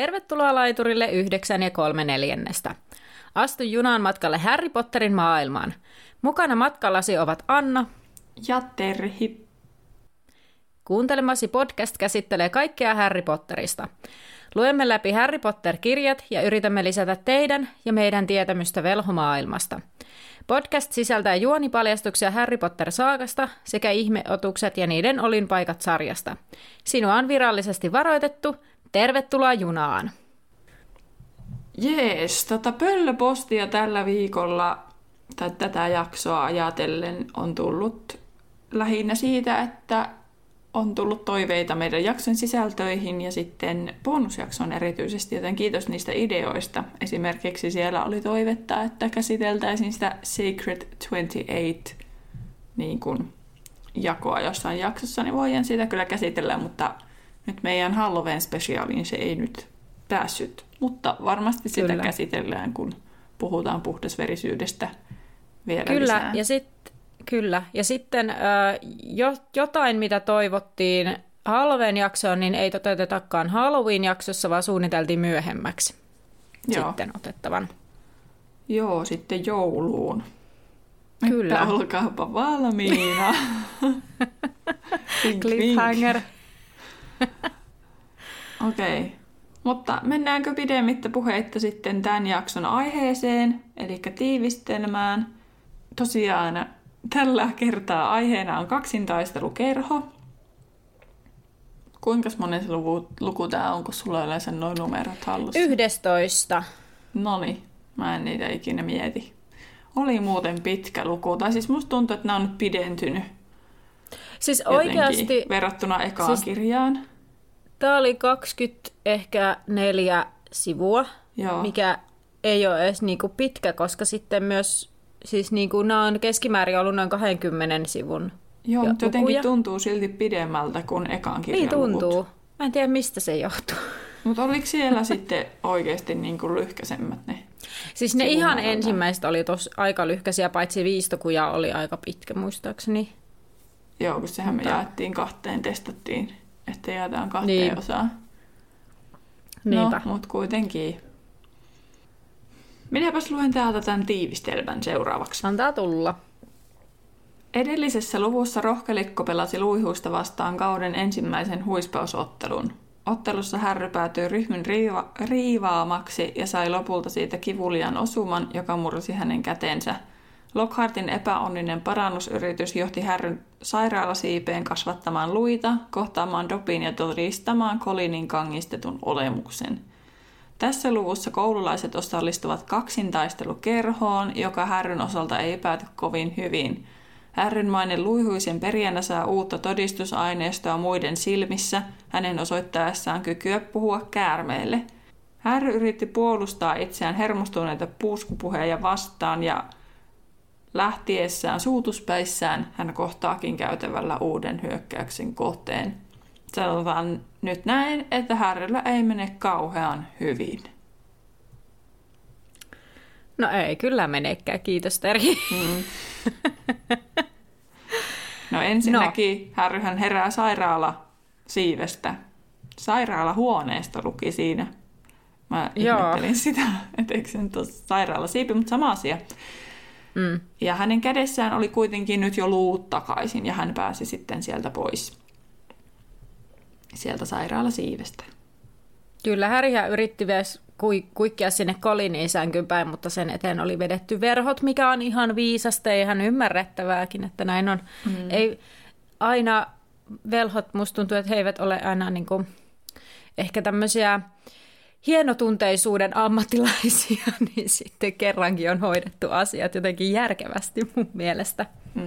Tervetuloa laiturille 9 3/4. Astu junaan matkalle Harry Potterin maailmaan. Mukana matkallasi ovat Anna ja Terhi. Kuuntelemasi podcast käsittelee kaikkea Harry Potterista. Luemme läpi Harry Potter-kirjat ja yritämme lisätä teidän ja meidän tietämystä velhomaailmasta. Podcast sisältää juonipaljastuksia Harry Potter-saakasta sekä ihmeotukset ja niiden olinpaikat sarjasta. Sinua on virallisesti varoitettu. Tervetuloa junaan! Jees, pöllöpostia tällä viikolla tai tätä jaksoa ajatellen on tullut lähinnä siitä, että on tullut toiveita meidän jakson sisältöihin ja sitten bonusjakson erityisesti, joten kiitos niistä ideoista. Esimerkiksi siellä oli toivetta, että käsiteltäisiin sitä Sacred 28 niin kuin jakoa jossain jaksossa, niin voidaan sitä kyllä käsitellä, mutta nyt meidän Halloween specialiin se ei nyt päässyt. Mutta varmasti sitä kyllä käsitellään, kun puhutaan puhdasverisyydestä vielä lisää. Kyllä, ja sitten jotain, mitä toivottiin Halloween-jaksoon, niin ei toteutetakaan Halloween-jaksossa, vaan suunniteltiin myöhemmäksi sitten otettavan. Joo, sitten jouluun. Kyllä. Että olkaapa valmiina. Cliffhanger. Okei. Mutta mennäänkö pidemmittä puheitta sitten tämän jakson aiheeseen, eli tiivistelmään. Tosiaan tällä kertaa aiheena on kaksintaistelukerho. Kuinka monen luku tämä on, kun sulla yleensä noin numerot hallussa? 11. Noniin, mä en niitä ikinä mieti. Oli muuten pitkä luku, tai siis musta tuntuu, että nämä on nyt pidentynyt. Siis oikeasti verrattuna ekaan kirjaan. Tämä oli 24 sivua, joo, mikä ei ole edes niinku pitkä, koska sitten myös siis niinku, nämä on keskimäärin ollut noin 20 sivun. Joo, mutta jotenkin tuntuu silti pidemmältä kuin ekaan kirjan niin tuntuu. Mä en tiedä, mistä se johtuu. Mutta oliko siellä sitten oikeasti niinku lyhkäisemmät ne? Siis ne ihan ensimmäiset oli aika lyhkäisiä, paitsi viistokuja oli aika pitkä muistaakseni. Joo, kun sehän me jaettiin kahteen, testattiin, että jaetaan kahteen osaan. Niinpä. No, mutta kuitenkin. Minäpäs luen täältä tämän tiivistelmän seuraavaksi. Antaa tulla. Edellisessä luvussa rohkelikko pelasi luihuista vastaan kauden ensimmäisen huispausottelun. Ottelussa Harry päätyi ryhmyn riivaamaksi ja sai lopulta siitä kivuliaan osuman, joka mursi hänen kätensä. Lockhartin epäonninen parannusyritys johti Harryn sairaalasiipeen kasvattamaan luita, kohtaamaan Dobin ja todistamaan Collinin kangistetun olemuksen. Tässä luvussa koululaiset osallistuvat kaksintaistelukerhoon, joka Harryn osalta ei pääty kovin hyvin. Harrynmainen luihuisen perijänä saa uutta todistusaineistoa muiden silmissä, hänen osoittaessaan kykyä puhua käärmeelle. Harry yritti puolustaa itseään hermostuneita puuskupuheja vastaan ja lähtiessään suutuspäissään hän kohtaakin käytävällä uuden hyökkäyksen kohteen. Sanotaan nyt näin, että Harryllä ei mene kauhean hyvin. No ei kyllä menekään, kiitos Terhi. No ensinnäkin Harryhän herää sairaalasiivestä. Sairaalahuoneesta luki siinä. Mä ihmettelin sitä, että eikö se nyt ole sairaalasiipi, mutta sama asia. Ja hänen kädessään oli kuitenkin nyt jo luut takaisin ja hän pääsi sitten sieltä pois. Sieltä sairaalasiivestä. Kyllä, Harryhän yritti myös kuikkia sinne Collinin sänkyyn päin, mutta sen eteen oli vedetty verhot, mikä on ihan viisasta ja ihan ymmärrettävääkin, että näin on. Ei aina velhot, musta tuntuu, että he eivät ole aina niin kuin, ehkä tämmöisiä hienotunteisuuden ammattilaisia, niin sitten kerrankin on hoidettu asiat jotenkin järkevästi mun mielestä.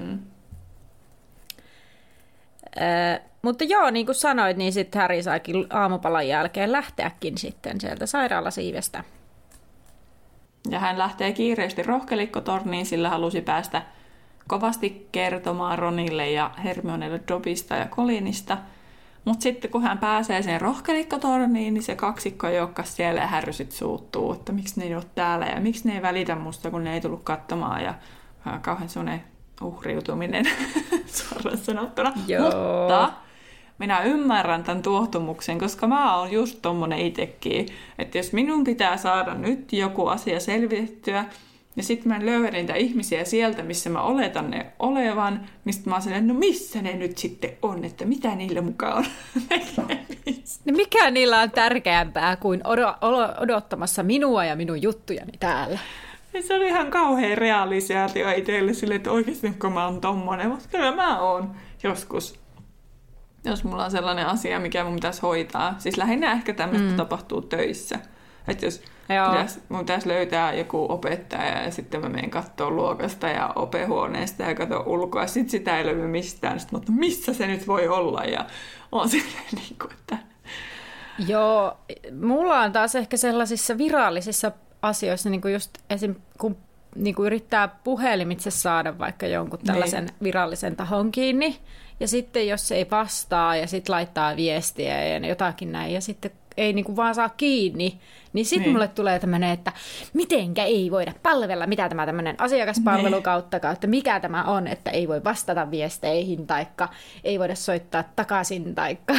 Mutta joo, niin kuin sanoit, niin sitten Harry saikin aamupalan jälkeen lähteäkin sitten sieltä sairaalasiivestä. Ja hän lähtee kiireesti rohkelikkotorniin, sillä halusi päästä kovasti kertomaan Ronille ja Hermionelle Dobista ja Collinista. Mutta sitten kun hän pääsee sen rohkelikkotorniin, niin se kaksikko ei olekaan siellä ja Harry sitten suuttuu, että miksi ne ei ole täällä ja miksi ne ei välitä musta, kun ne ei tullut katsomaan. Ja kauhean semmoinen uhriutuminen suoraan sanottuna. Joo. Mutta minä ymmärrän tämän tuohtumuksen, koska mä oon just tommonen itekin, että jos minun pitää saada nyt joku asia selvitettyä, ja sitten mä löydän niitä ihmisiä sieltä, missä mä oletan ne olevan, niin sitten mä oon silleen, no missä ne nyt sitten on, että mitä niillä mukaan on. Niin mikä niillä on tärkeämpää kuin odottamassa minua ja minun juttujani täällä? Ja se oli ihan kauhean realisaatio itselle silleen, että oikeasti kun mä oon tommonen, mutta kyllä mä oon joskus, jos mulla on sellainen asia, mikä mun pitäisi hoitaa. Siis lähinnä ehkä tämmöistä tapahtuu töissä. Että jos mun pitäisi löytää joku opettaja ja sitten mä menen katsoa luokasta ja opehuoneesta ja katson ulkoa. Ja sitten sitä ei löydy mistään. Sitten mutta missä se nyt voi olla? Ja on silleen niin kuin, että... Joo, mulla on taas ehkä sellaisissa virallisissa asioissa, niin kuin just esim. Kun niin kuin yrittää puhelimitse saada vaikka jonkun tällaisen virallisen tahon kiinni. Ja sitten jos se ei vastaa ja sitten laittaa viestiä ja jotakin näin ja sitten ei niin kuin vaan saa kiinni, niin sitten mulle tulee tämmöinen, että mitenkä ei voida palvella, mitä tämä tämmöinen asiakaspalvelu kautta, mikä tämä on, että ei voi vastata viesteihin taikka ei voida soittaa takaisin taikka...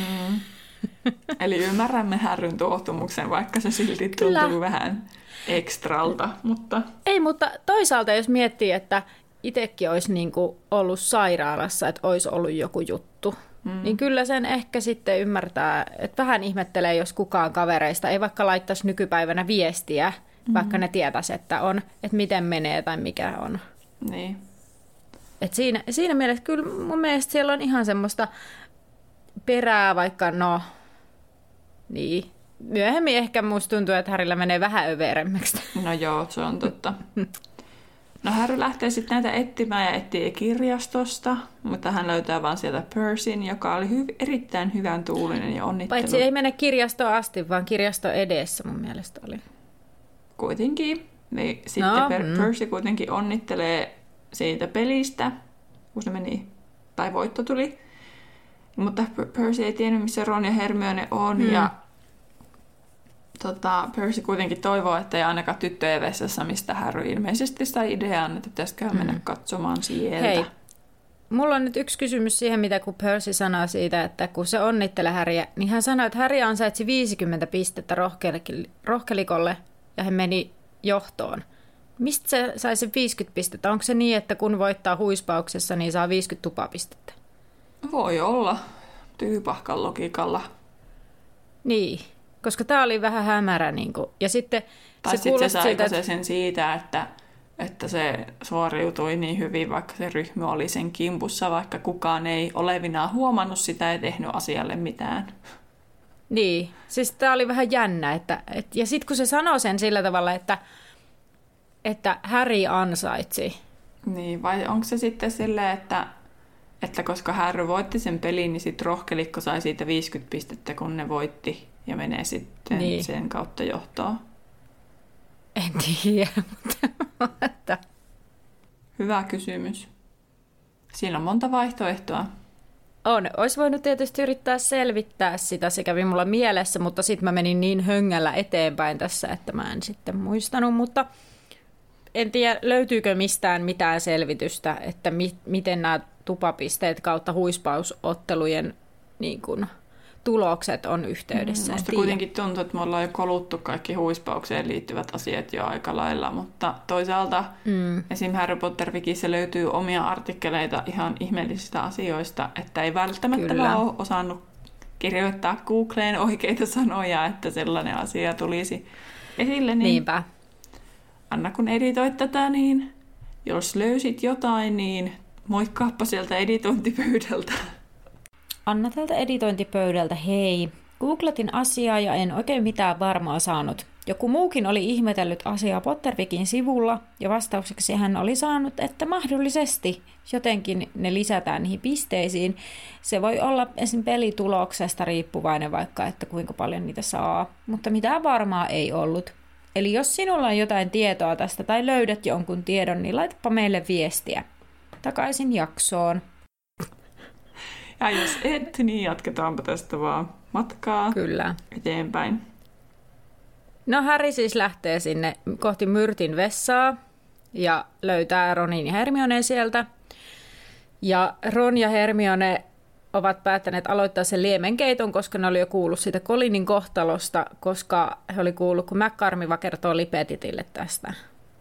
Eli ymmärrämme Härryn tuohtumuksen, vaikka se silti tuntuu vähän ekstralta. Mutta... Ei, mutta toisaalta jos miettii, että itsekin olisi niin kuin ollut sairaalassa, että olisi ollut joku juttu, niin kyllä sen ehkä sitten ymmärtää, että vähän ihmettelee, jos kukaan kavereista ei vaikka laittaisi nykypäivänä viestiä, vaikka ne tietäisi, että miten menee tai mikä on. Niin. Et siinä mielessä kyllä mun mielestä siellä on ihan semmoista perää, vaikka niin. Myöhemmin ehkä musta tuntuu, että Harrylla menee vähän överemmäksi. No joo, se on totta. No Harry lähtee sitten näitä etsimään ja etsii kirjastosta, mutta hän löytää vaan sieltä Percyn, joka oli erittäin hyvän tuulinen ja onnittelu. Paitsi ei mene kirjastoon asti, vaan kirjasto edessä mun mielestä oli. Kuitenkin. Niin sitten Percy kuitenkin onnittelee siitä pelistä, kun se meni, tai voitto tuli. Mutta Percy ei tiennyt, missä Ron ja Hermione on, ja Percy kuitenkin toivoo, että ei ainakaan tyttöjen vessassa, mistä Harry ilmeisesti sai idean, että pitäisikö mennä katsomaan sieltä. Hei, mulla on nyt yksi kysymys siihen, mitä kun Percy sanoo siitä, että kun se onnittelee Harryä, niin hän sanoi, että Harry ansaitsi 50 pistettä rohkelikolle ja hän meni johtoon. Mistä se sai sen 50 pistettä? Onko se niin, että kun voittaa huispauksessa, niin saa 50 tupapistettä? Voi olla tyypahkan logiikalla. Niin. Koska tämä oli vähän hämärä. Niin kuin. Ja sitten tai sitten se saiko se sen siitä, että se suoriutui niin hyvin, vaikka se ryhmä oli sen kimpussa, vaikka kukaan ei olevinaan huomannut sitä ja tehnyt asialle mitään. Niin, siis tämä oli vähän jännä. Ja sitten kun se sanoi sen sillä tavalla, että Harry ansaitsi. Niin, vai onko se sitten silleen, että koska Harry voitti sen pelin, niin sitten rohkelikko sai siitä 50 pistettä, kun ne voitti ja menee sitten sen kautta johtoon. En tiedä, mutta... Hyvä kysymys. Siinä on monta vaihtoehtoa. On. Olisi voinut tietysti yrittää selvittää sitä, se kävi mulla mielessä, mutta sitten mä menin niin höngällä eteenpäin tässä, että mä en sitten muistanut, mutta en tiedä, löytyykö mistään mitään selvitystä, että miten nämä tupapisteet kautta huispausottelujen niin kun, tulokset on yhteydessä. Musta kuitenkin tuntuu, että me ollaan jo koluttu kaikki huispaukseen liittyvät asiat jo aika lailla, mutta toisaalta esim. Harry Potter-wikissä löytyy omia artikkeleita ihan ihmeellisistä asioista, että ei välttämättä vaan ole osannut kirjoittaa Googleen oikeita sanoja, että sellainen asia tulisi esille. Niin niinpä. Anna kun editoit tätä, niin jos löysit jotain, niin moikkaappa sieltä editointipöydältä. Anna tältä editointipöydältä, hei. Googletin asiaa ja en oikein mitään varmaa saanut. Joku muukin oli ihmetellyt asiaa Pottervikin sivulla ja vastaukseksi hän oli saanut, että mahdollisesti jotenkin ne lisätään niihin pisteisiin. Se voi olla esim. Pelituloksesta riippuvainen vaikka, että kuinka paljon niitä saa, mutta mitään varmaa ei ollut. Eli jos sinulla on jotain tietoa tästä tai löydät jonkun tiedon, niin laitapa meille viestiä. Takaisin jaksoon. Ja jos et, niin jatketaanpa tästä vaan matkaa eteenpäin. No Harry siis lähtee sinne kohti Myrtin vessaa ja löytää Ronin ja Hermioneen sieltä. Ja Ron ja Hermione ovat päättäneet aloittaa sen liemenkeiton, koska ne oli jo kuullut siitä Collinin kohtalosta, koska he oli kuullut, kun McCormiva kertoo Lipetitille tästä.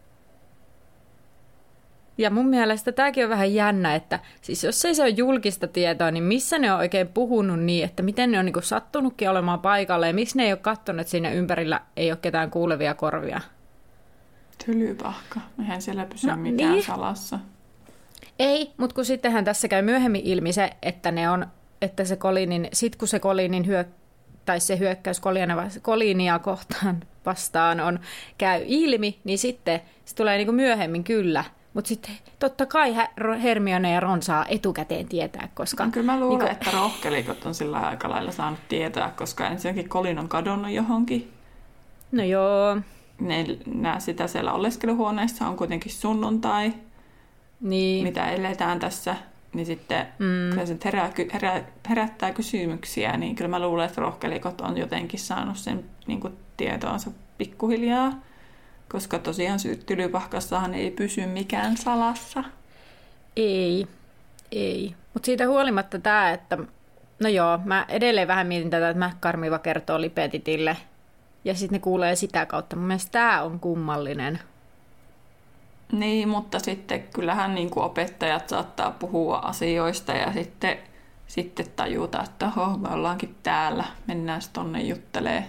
Ja mun mielestä tämäkin on vähän jännä, että siis jos ei se ole julkista tietoa, niin missä ne on oikein puhunut niin, että miten ne on niin sattunutkin olemaan paikalle ja miksi ne ei ole katsonut, että siinä ympärillä ei ole ketään kuulevia korvia. Tylypahka. Eihän siellä pysy mikään salassa. Ei, mutta kun sittenhän tässä käy myöhemmin ilmi se, että ne on, että se Collinin, sit kun se Collinin tai se hyökkäys Collinia kohtaan vastaan käy ilmi, niin sitten se tulee niin kuin myöhemmin kyllä. Mutta sitten totta kai Hermione ja Ron saa etukäteen tietää, koska... No, kyllä mä luulen, että rohkelikot on sillä aika lailla saanut tietää, koska ensinnäkin Colin on kadonnut johonkin. No joo. Ne nää sitä siellä oleskeluhuoneessa on kuitenkin sunnuntai, niin. Mitä eletään tässä, niin sitten kyllä se herättää kysymyksiä, niin kyllä mä luulen, että rohkelikot on jotenkin saanut sen niin kuin tietoonsa pikkuhiljaa. Koska tosiaan Tylypahkassahan ei pysy mikään salassa. Ei. Mutta siitä huolimatta tämä, että... No joo, mä edelleen vähän mietin tätä, että McCormiva kertoo Lipetitille. Ja sitten ne kuulee sitä kautta. Mun mielestä tämä on kummallinen. Niin, mutta sitten kyllähän niin kuin opettajat saattaa puhua asioista ja sitten tajuta, että me ollaankin täällä. Mennään tonne juttelee.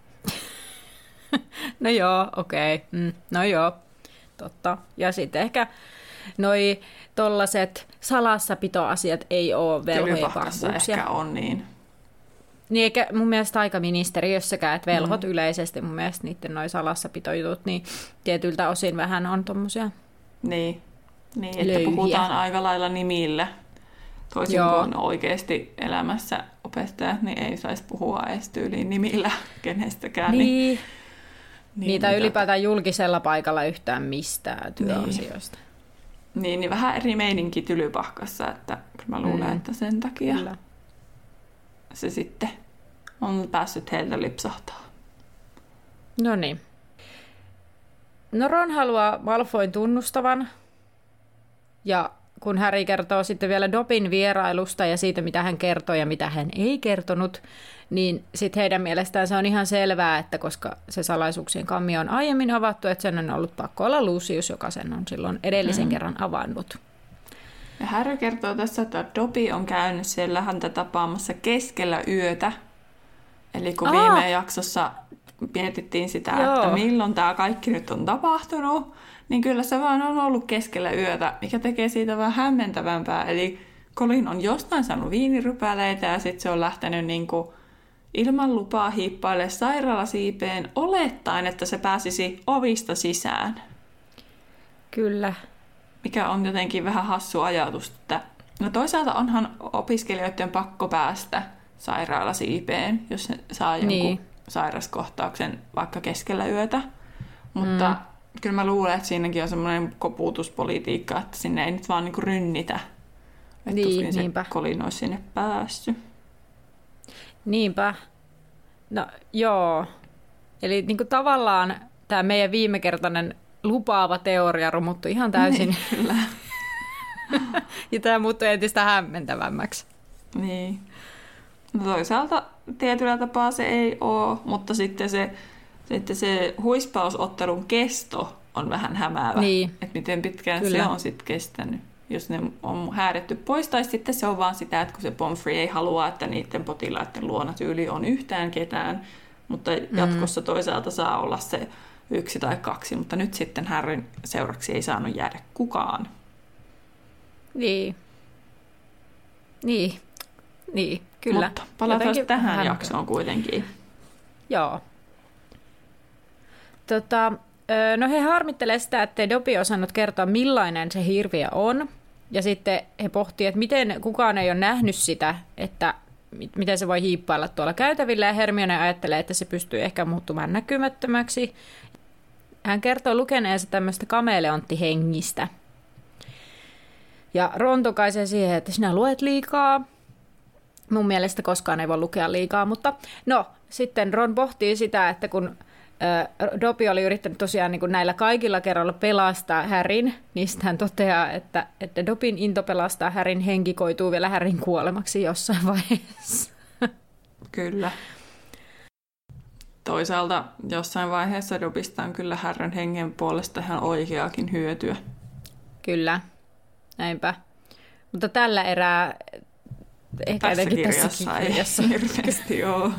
No joo, okei. No joo, totta. Ja sitten ehkä noi tollaset salassapitoasiat ei ole velhojen vahvuuksia. Ehkä on niin. Niin eikä mun mielestä aikaministeriössäkään, että velhot yleisesti mun mielestä niiden noi salassapitojutut, niin tietyiltä osin vähän on tommosia Niin, että puhutaan aika lailla nimillä. Toisin kuin oikeasti elämässä opettajat, niin ei saisi puhua edes tyyliin nimillä kenestäkään. Niin. Niitä ylipäätään julkisella paikalla yhtään mistään työasioista. Niin vähän eri meininki Tylypahkassa, että mä luulen, että sen takia se sitten on päässyt heiltä lipsahtaa. No niin. No Ron haluaa Malfoyn tunnustavan, ja kun Harry kertoo sitten vielä Dobin vierailusta ja siitä, mitä hän kertoi ja mitä hän ei kertonut, niin sitten heidän mielestään se on ihan selvää, että koska se salaisuuksien kammi on aiemmin avattu, että sen on ollut pakko olla Lucius, joka sen on silloin edellisen kerran avannut. Ja Harry kertoo tässä, että Dobby on käynyt siellä häntä tapaamassa keskellä yötä. Eli kun viime jaksossa mietittiin sitä, että milloin tämä kaikki nyt on tapahtunut, niin kyllä se vaan on ollut keskellä yötä, mikä tekee siitä vähän hämmentävämpää. Eli Colin on jostain saanut viinirypäleitä ja sitten se on lähtenyt niinku ilman lupaa hiippaille sairaalasiipeen olettaen, että se pääsisi ovista sisään. Kyllä. Mikä on jotenkin vähän hassu ajatus. Että no toisaalta onhan opiskelijoiden pakko päästä sairaalasiipeen, jos ne saa jonkun sairaskohtauksen vaikka keskellä yötä. Mutta kyllä mä luulen, että siinäkin on semmoinen koputuspolitiikka, että sinne ei nyt vaan niinku rynnitä. Että tuskin se Colin olisi sinne päässyt. Niinpä. No joo. Eli niin kuin tavallaan tämä meidän viimekertainen lupaava teoria romuttui ihan täysin. Niin, kyllä. Ja tämä muuttui entistä hämmentävämmäksi. Niin. No toisaalta tietyllä tapaa se ei ole, mutta sitten se huispausottelun kesto on vähän hämäävä. Niin. Että miten pitkään kyllä. Se on sitten kestänyt. Jos ne on häädetty pois, tai sitten se on vaan sitä, että kun se Pomfrey ei halua, että niiden potilaiden luona tyyli on yhtään ketään, mutta jatkossa toisaalta saa olla se 1 tai 2, mutta nyt sitten Harryn seuraksi ei saanut jäädä kukaan. Niin, kyllä. Mutta palataan tähän jaksoon kuitenkin. Joo. No he harmittelee sitä, ettei Dobby osannut kertoa, millainen se hirviö on. Ja sitten he pohtii, että miten kukaan ei ole nähnyt sitä, että miten se voi hiippailla tuolla käytävillä. Ja Hermione ajattelee, että se pystyy ehkä muuttumaan näkymättömäksi. Hän kertoo lukeneensa tämmöistä kameleonttihengistä. Ja Ron tokaisee siihen, että sinä luet liikaa. Mun mielestä koskaan ei voi lukea liikaa, mutta no, sitten Ron pohtii sitä, että kun Dobby oli yrittänyt tosiaan niin kuin näillä kaikilla kerralla pelastaa Harryn, niin sitten hän toteaa, että Dobbyn into pelastaa Harryn henki koituu vielä Harryn kuolemaksi jossain vaiheessa. Kyllä. Toisaalta jossain vaiheessa Dobbysta on kyllä Harryn hengen puolesta ihan oikeakin hyötyä. Kyllä, näinpä. Mutta tällä erää, ehkä jotenkin tässä kirjassa. Ei hirveästi ole.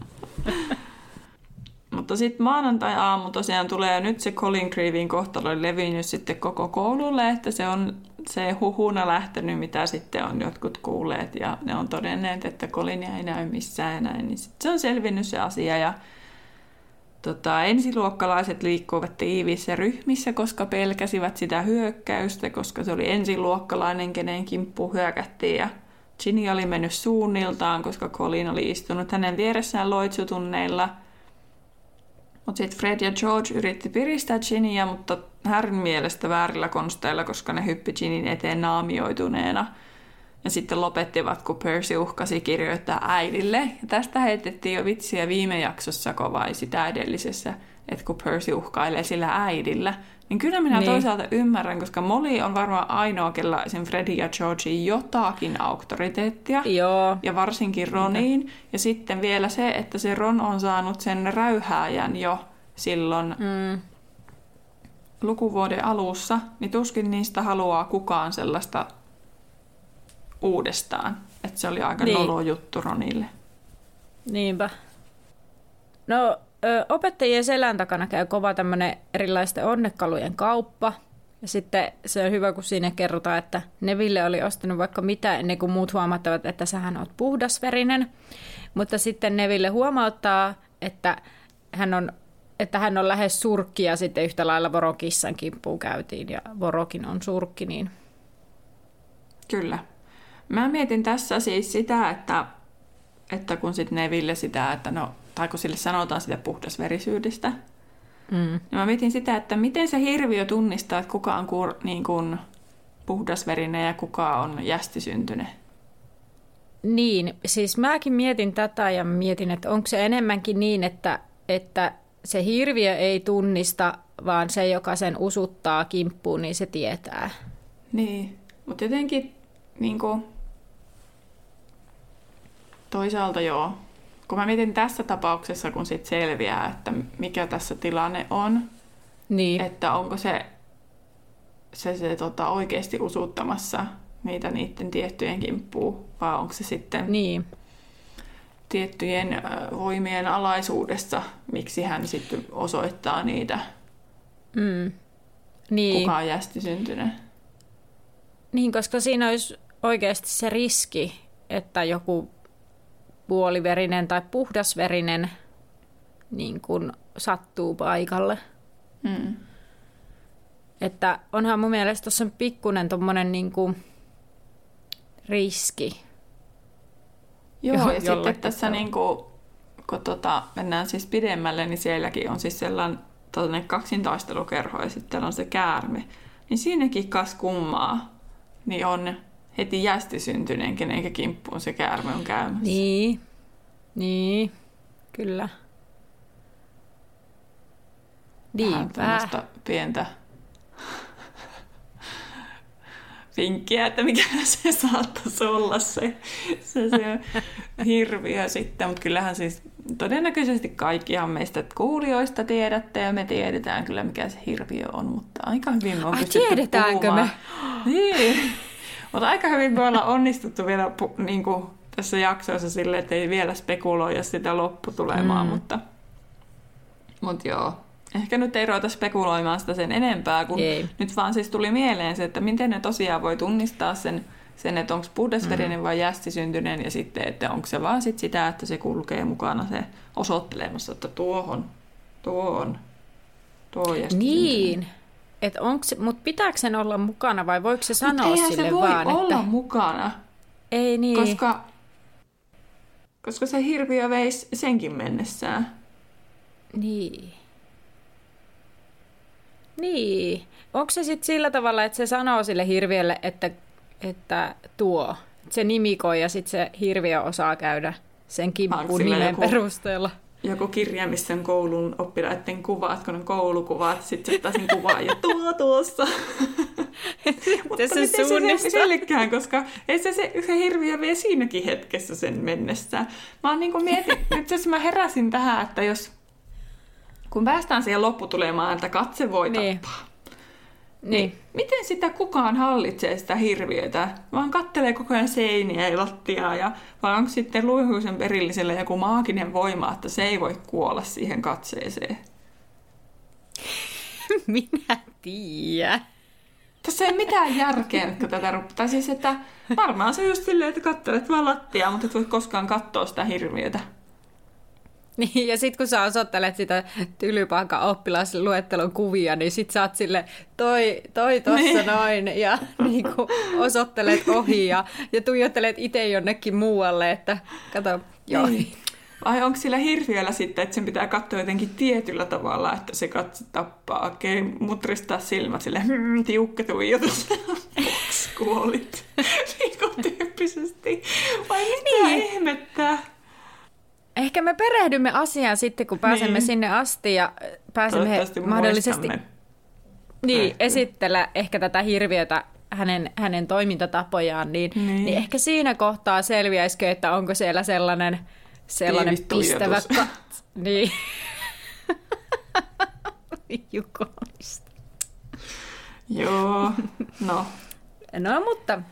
Mutta sitten maanantai-aamu tosiaan tulee, ja nyt se Colin Creevin kohtalo on levinnyt sitten koko koululle, että se on se huhuna lähtenyt, mitä sitten on jotkut kuulleet, ja ne on todenneet, että Colinia ei näy missään ja näin, niin sitten se on selvinnyt se asia, ja ensiluokkalaiset liikkuivat tiiviissä ryhmissä, koska pelkäsivät sitä hyökkäystä, koska se oli ensiluokkalainen, kenen kimppuun hyökättiin, ja Ginny oli mennyt suunniltaan, koska Colin oli istunut hänen vieressään loitsutunneilla. Mutta sitten Fred ja George yritti piristää Ginnyä, mutta Harryn mielestä väärillä konsteilla, koska ne hyppi Ginnyn eteen naamioituneena. Ja sitten lopettivat, kun Percy uhkasi kirjoittaa äidille. Ja tästä heitettiin jo vitsiä viime jaksossa, vai sitä edellisessä, että kun Percy uhkailee sillä äidillä. Niin kyllä minä toisaalta ymmärrän, koska Molly on varmaan ainoa, kella sen Fredin ja Georgin jotakin auktoriteettia. Joo. Ja varsinkin Roniin. Ja sitten vielä se, että se Ron on saanut sen räyhääjän jo silloin lukuvuoden alussa. Niin tuskin niistä haluaa kukaan sellaista uudestaan. Että se oli aika nolo juttu Ronille. Niinpä. No, opettajien selän takana käy kova tämmöinen erilaisten onnekalujen kauppa. Ja sitten se on hyvä, kun siinä kerrotaan, että Neville oli ostanut vaikka mitä ennen kuin muut huomattavat, että sähän oot puhdasverinen. Mutta sitten Neville huomauttaa, että hän on lähes surkki ja sitten yhtä lailla Vorokissan kimppuun käytiin ja Vorokin on surkki. Niin. Kyllä. Mä mietin tässä siis sitä, että kun sitten Neville sitä, että tai kun sille sanotaan sitä puhdasverisyydestä, niin mä mietin sitä, että miten se hirviö tunnistaa, että kuka on niin kuin puhdasverinen ja kuka on jästisyntyinen. Niin, siis mäkin mietin tätä ja mietin, että onko se enemmänkin niin, että se hirviö ei tunnista, vaan se, joka sen usuttaa kimppuun, niin se tietää. Niin, mutta jotenkin niin kuin toisaalta joo. Kun mä mietin tässä tapauksessa, kun sit selviää, että mikä tässä tilanne on, niin. Että onko se oikeasti usuttamassa niiden tiettyjen kimppuun, vai onko se sitten tiettyjen voimien alaisuudessa, miksi hän sitten osoittaa niitä, kuka on jästisyntyinen. Niin, koska siinä olisi oikeasti se riski, että joku puoliverinen tai puhdasverinen niin kun sattuu paikalle. Että onhan mun mielestä tuossa pikkuinen tommonen niin kuin riski. Joo, ja sitten tässä niin kuin, kun mennään siis pidemmälle, niin sielläkin on siis sellainen kaksintaistelukerho ja sitten on se käärme. Niin siinäkin kas kummaa, niin on heti jästisyntyneen, kenenkä kimppuun se käärme on käymässä. Niin, kyllä. Vähän tämmöistä pientä vinkkiä, että mikä se saattaisi olla se hirviö sitten. Mutta kyllähän siis todennäköisesti kaikkihan meistä kuulijoista tiedätte ja me tiedetään kyllä mikä se hirviö on, mutta aika hyvin me on pystytty tiedetäänkö puhumaan. Me? Niin. Mutta aika hyvin me ollaan onnistuttu vielä niin kuin tässä jaksoissa silleen, että ei vielä spekuloida sitä lopputulemaa, mutta joo. Ehkä nyt ei ruveta spekuloimaan sitä sen enempää, kun nyt vaan siis tuli mieleen se, että miten ne tosiaan voi tunnistaa sen että onko puhdasverinen vai jästisyntyinen, ja sitten, että onko se vaan sit sitä, että se kulkee mukana se osoittelemassa, että tuo on jästisyntyinen. Niin, mutta pitääkö sen olla mukana vai voiko se sanoa sille vaan, että... Eihän se voi olla mukana. Ei niin. Koska se hirviö veisi senkin mennessään. Niin. Onko se sitten sillä tavalla, että se sanoo sille hirviölle, että se nimikoi ja sitten se hirviö osaa käydä sen kimppun nimen perusteella? joku kirja, missä on koulun oppilaiden kuvat, kun on koulukuvat, sitten se taisin kuvaa ja tuossa. Mutta se miten se sellikään, koska ei se hirviö vie siinäkin hetkessä sen mennessään. Mä oon niin kuin mietin, nyt jos mä heräsin tähän, että kun päästään siihen lopputulemaan, että katse voi tappaa. Niin. Miten sitä kukaan hallitsee sitä hirviötä? Vaan kattelee koko ajan seiniä ja lattiaa, vai onko sitten Luihuisen perillisellä joku maaginen voima, että se ei voi kuolla siihen katseeseen? Minä tiedän. Tässä ei mitään järkeä, kun tätä ruptaa. Siis, että varmaan se on just silleen, että katselet vaan lattiaa, mutta et voi koskaan katsoa sitä hirviötä. Niin, ja sit kun sä osoittelet sitä Tylypahkan oppilasluettelon kuvia, niin sit sä oot sille toi tossa noin, ja niin osoittelet ohi ja tuijottelet itse jonnekin muualle, että kato, joo. Niin. Vai onko sillä hirviöllä sitten, että sen pitää katsoa jotenkin tietyllä tavalla, että se katse tappaa, mutristaa silmät sille tiukka tuijotus, kuolit, tyyppisesti. Vai mitä ihmettä? Ehkä me perehdymme asiaan sitten, kun pääsemme sinne asti ja pääsemme mahdollisesti esittele ehkä tätä hirviötä, hänen toimintatapojaan, niin ehkä siinä kohtaa selviäisikö, että onko siellä sellainen pistävä niin. Jukonista. Joo, no. No, mutta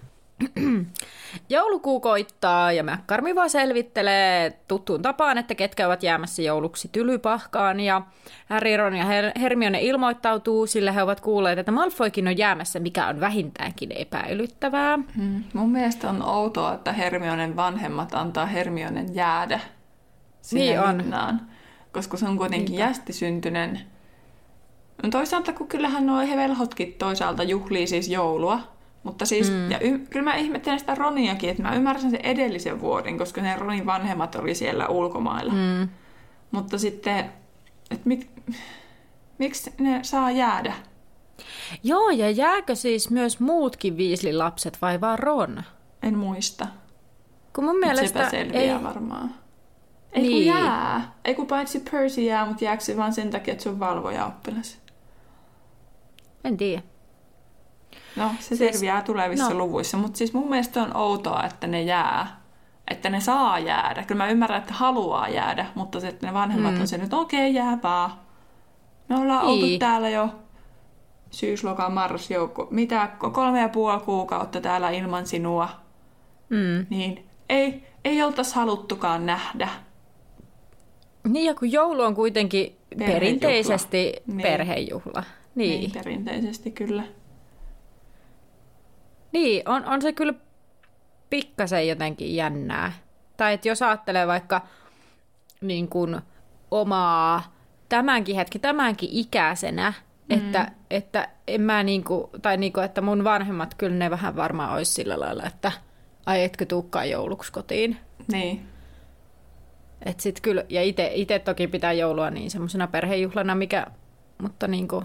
joulukuu koittaa ja Mäkkarmi vaan selvittelee tuttuun tapaan, että ketkä ovat jäämässä jouluksi Tylypahkaan. Ja Harry, Ron ja Hermione ilmoittautuu, sillä he ovat kuulleet, että Malfoykin on jäämässä, mikä on vähintäänkin epäilyttävää. Mun mielestä on outoa, että Hermionen vanhemmat antaa Hermionen jäädä sinne linnaan, koska se on kuitenkin jästisyntyinen. Toisaalta, kun kyllähän nuo velhotkin toisaalta juhlii siis joulua. Mutta siis, kyllä mä ihmettelen sitä Roniakin, että mä ymmärrän sen edellisen vuoden, koska ne Ronin vanhemmat oli siellä ulkomailla. Mutta sitten, että miksi ne saa jäädä? Joo, ja jääkö siis myös muutkin Weasleyn lapset vai vaan Ron? En muista. Kun mun mielestä sepä selviää varmaan. Ei kun jää. Ei kun paitsi Percy jää, mutta jääkö se vaan sen takia, että se on valvoja oppilas? En tiedä. No, se selviää tulevissa luvuissa, mutta siis mun mielestä on outoa, että ne jää. Että ne saa jäädä. Kyllä mä ymmärrän, että haluaa jäädä, mutta se, että ne vanhemmat on se nyt, okei, jää vaan. Me ollaan oltu täällä jo syysloka, marrasjoukko. Mitä, 3,5 kuukautta täällä ilman sinua. Niin ei oltaisi haluttukaan nähdä. Niin, ja kun joulu on kuitenkin perinteisesti perhejuhla. Niin, perinteisesti kyllä. Niin, on se kyllä pikkasen jotenkin jännää. Tai että jos ajattelee vaikka niin kuin omaa tämänkin ikäisenä, että en mä että mun vanhemmat kyllä ne vähän varmaan olisi sillä lailla, että ai etkö tuukkaan jouluksi kotiin. Niin. Et sit kyllä, ja ite toki pitää joulua niin semmoisena perhejuhlana, mutta niinku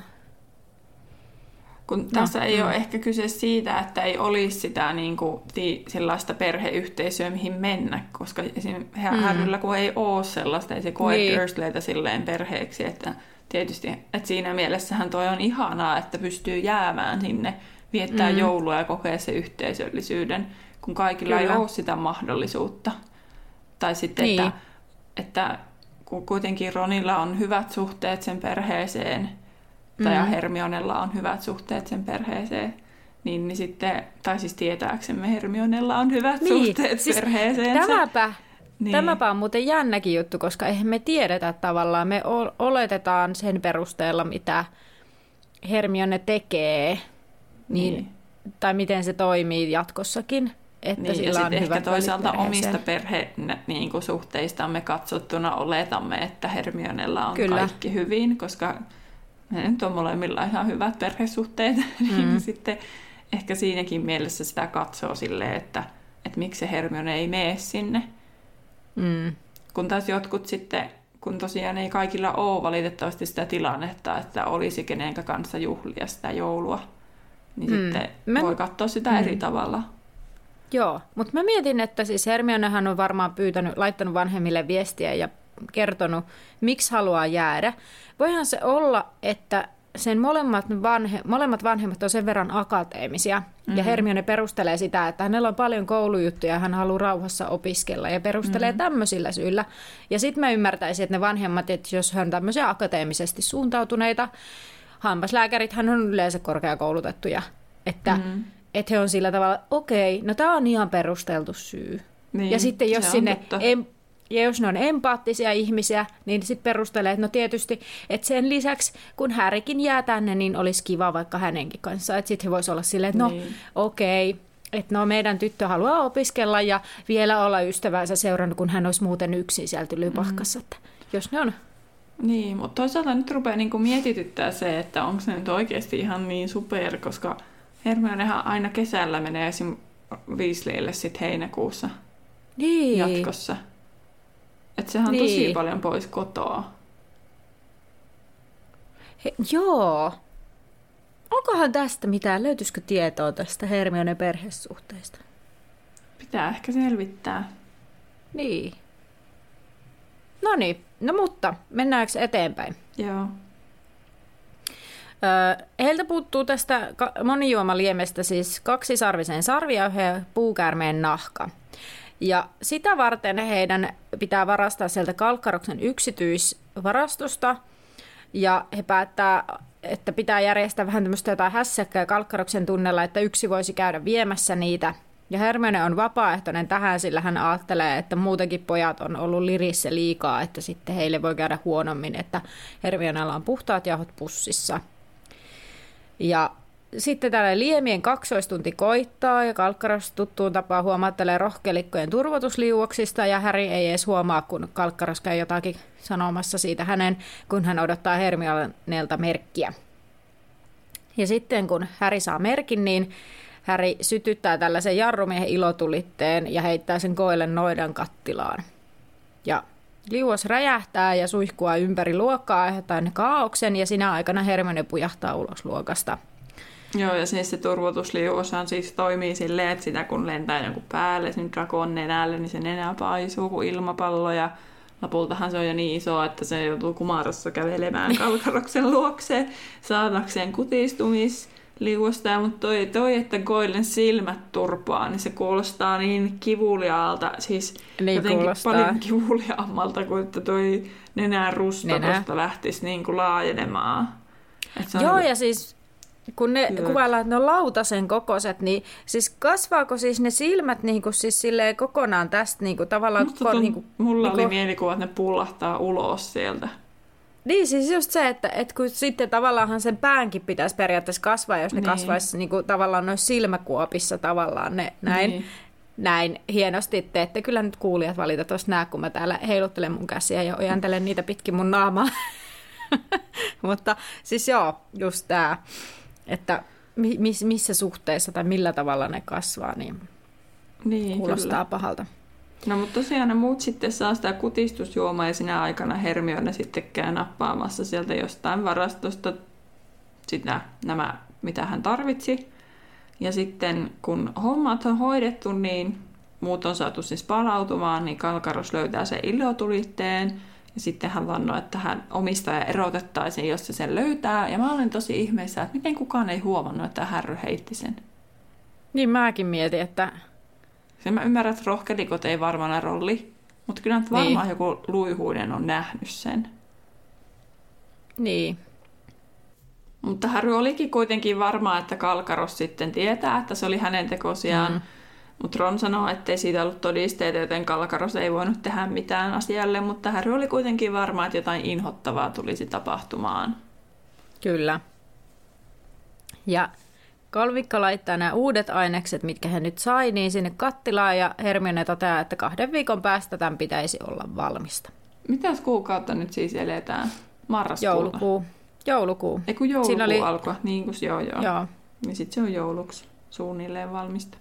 kun tässä ei ole ehkä kyse siitä, että ei olisi sitä sellaista perheyhteisöä, mihin mennä, koska esimerkiksi Harryllä kun ei ole sellaista, ei se koe Dursleytä silleen perheeksi, että tietysti että siinä mielessähän toi on ihanaa, että pystyy jäämään sinne, viettää joulua ja kokee se yhteisöllisyyden, kun kaikilla ei ole sitä mahdollisuutta. Tai sitten, että kun kuitenkin Ronilla on hyvät suhteet sen perheeseen, tai Hermionella on hyvät suhteet sen perheeseen, niin sitten, tai siis tietääksemme Hermionella on hyvät suhteet siis perheeseensä. Tämäpä on muuten jännäkin juttu, koska eihän me tiedetä tavallaan, me oletetaan sen perusteella, mitä Hermione tekee, tai miten se toimii jatkossakin. Että sillä ja on ehkä toisaalta omista perhesuhteistamme katsottuna oletamme, että Hermionella on kaikki hyvin, koska ne nyt on molemmilla ihan hyvät perhesuhteet, niin sitten ehkä siinäkin mielessä sitä katsoo silleen, että miksi se Hermione ei mene sinne. Kun taas jotkut sitten, kun tosiaan ei kaikilla ole valitettavasti sitä tilannetta, että olisi kenenkä kanssa juhlia sitä joulua, niin sitten voi katsoa sitä eri tavalla. Joo, mutta mä mietin, että siis Hermionehan on varmaan laittanut vanhemmille viestiä ja kertonut, miksi haluaa jäädä. Voihan se olla, että sen molemmat vanhemmat on sen verran akateemisia. Ja Hermione perustelee sitä, että hänellä on paljon koulujuttuja ja hän haluaa rauhassa opiskella ja perustelee tämmöisillä syillä. Ja sitten mä ymmärtäisin, että ne vanhemmat, että jos hän on tämmöisiä akateemisesti suuntautuneita, hammaslääkärit hän on yleensä korkeakoulutettuja, että he on sillä tavalla, okei, no tämä on ihan perusteltu syy. Niin, ja sitten jos ne on empaattisia ihmisiä, niin sitten perustelee, että no tietysti, että sen lisäksi, kun Harrykin jää tänne, niin olisi kiva vaikka hänenkin kanssa. Että sitten he voisi olla silleen, että no okei, että no meidän tyttö haluaa opiskella ja vielä olla ystävänsä seurannut, kun hän olisi muuten yksin siellä Tylypahkassa. Että jos ne on... Niin, mutta toisaalta nyt rupeaa niinku mietityttää se, että onko se nyt oikeasti ihan niin super, koska Hermionehan aina kesällä menee esim. Weasleylle sitten heinäkuussa jatkossa. Että sehän on tosi paljon pois kotoa. Joo. Onkohan tästä mitään? Löytyisikö tietoa tästä Hermionen perhesuhteista? Pitää ehkä selvittää. Niin. Noniin, no mutta mennäänkö eteenpäin? Joo. Heiltä puuttuu tästä monijuomaliemestä siis 2 sarvisen sarvi ja 1 puukäärmeen nahka. Ja sitä varten heidän pitää varastaa sieltä Kalkkaroksen yksityisvarastosta. Ja he päättää, että pitää järjestää vähän tämmöistä jotain hässäkkää Kalkkaroksen tunnella, että yksi voisi käydä viemässä niitä. Ja Hermione on vapaaehtoinen tähän, sillä hän ajattelee, että muutenkin pojat on ollut lirissä liikaa, että sitten heille voi käydä huonommin, että Hermionella on puhtaat jauhot pussissa. Ja sitten tällä liemien kaksoistunti koittaa ja Kalkkaros tuttuun tapaan huomattelee rohkelikkojen turvotusliuoksista ja Harry ei edes huomaa, kun Kalkkaros käy jotakin sanomassa siitä kun hän odottaa Hermionelta merkkiä. Ja sitten kun Harry saa merkin, niin Harry sytyttää tällaisen jarrumiehen ilotulitteen ja heittää sen koillen noidan kattilaan. Ja liuos räjähtää ja suihkua ympäri luokkaa aiheuttaen kaaoksen ja sinä aikana Hermione pujahtaa ulos luokasta. Joo, ja siis se turvotusliuoshan siis toimii silleen, että sitä kun lentää jonkun päälle sen drakon nenälle, niin se nenä paisuu kuin ilmapallo ja lopultahan se on jo niin iso, että se joutuu kumarassa kävelemään Kalkkaroksen luokseen saadakseen kutistumisliuosta. Mutta toi, että Goylen silmät turpaa, niin se kuulostaa niin kivuliaalta, siis niin jotenkin kuulostaa paljon kivuliaammalta kuin että toi nenän rusta tuosta lähtisi niin kuin laajenemaan. Joo, ja siis kun ne kuvaillaan, että ne on lautasen kokoiset, niin siis kasvaako siis ne silmät niin kuin siis silleen kokonaan tästä niin kuin tavallaan... Mulla oli mielikuva, että ne pullahtaa ulos sieltä. Niin, siis just se, että kun sitten tavallaanhan sen päänkin pitäisi periaatteessa kasvaa, jos ne kasvaisi niin kuin tavallaan noissa silmäkuopissa tavallaan ne näin hienosti. Te ette kyllä nyt kuulijat valitettavasti näe, kun mä täällä heiluttelen mun käsiä ja ojantelen niitä pitkin mun naamaa. Mutta siis joo, just tämä, että missä suhteessa tai millä tavalla ne kasvaa, niin kuulostaa pahalta. No mutta tosiaan ne muut sitten saa sitä kutistusjuomaa ja sinä aikana Hermione sitten käy nappaamassa sieltä jostain varastosta nämä, mitä hän tarvitsi. Ja sitten kun hommat on hoidettu, niin muut on saatu siis palautumaan, niin Kalkkaros löytää sen ilotulitteen. Ja sitten hän vannoi, että hän omistaja erotettaisiin, jos se sen löytää. Ja mä olen tosi ihmeessä, että miten kukaan ei huomannut, että Harry heitti sen. Niin mäkin mietin, että... Mä ymmärrän, että rohkelikot ei varmaan rolli, mutta kyllä nyt varmaan joku luihuinen on nähnyt sen. Niin. Mutta Harry olikin kuitenkin varma, että Kalkkaros sitten tietää, että se oli hänen tekosiaan. Mutta Ron sanoi, ettei siitä ollut todisteita, joten Kalkkaros ei voinut tehdä mitään asialle, mutta Harry oli kuitenkin varma, että jotain inhottavaa tulisi tapahtumaan. Kyllä. Ja kolmikko laittaa nämä uudet ainekset, mitkä hän nyt sai, niin sinne kattilaan ja Hermione toteaa, että 2 viikon päästä tämän pitäisi olla valmista. Mitäs kuukautta nyt siis eletään? Marraskuuta? Joulukuu. Ei kun joulukuu alkoi, niin kuin joo. Niin sitten se on jouluksi suunnilleen valmista.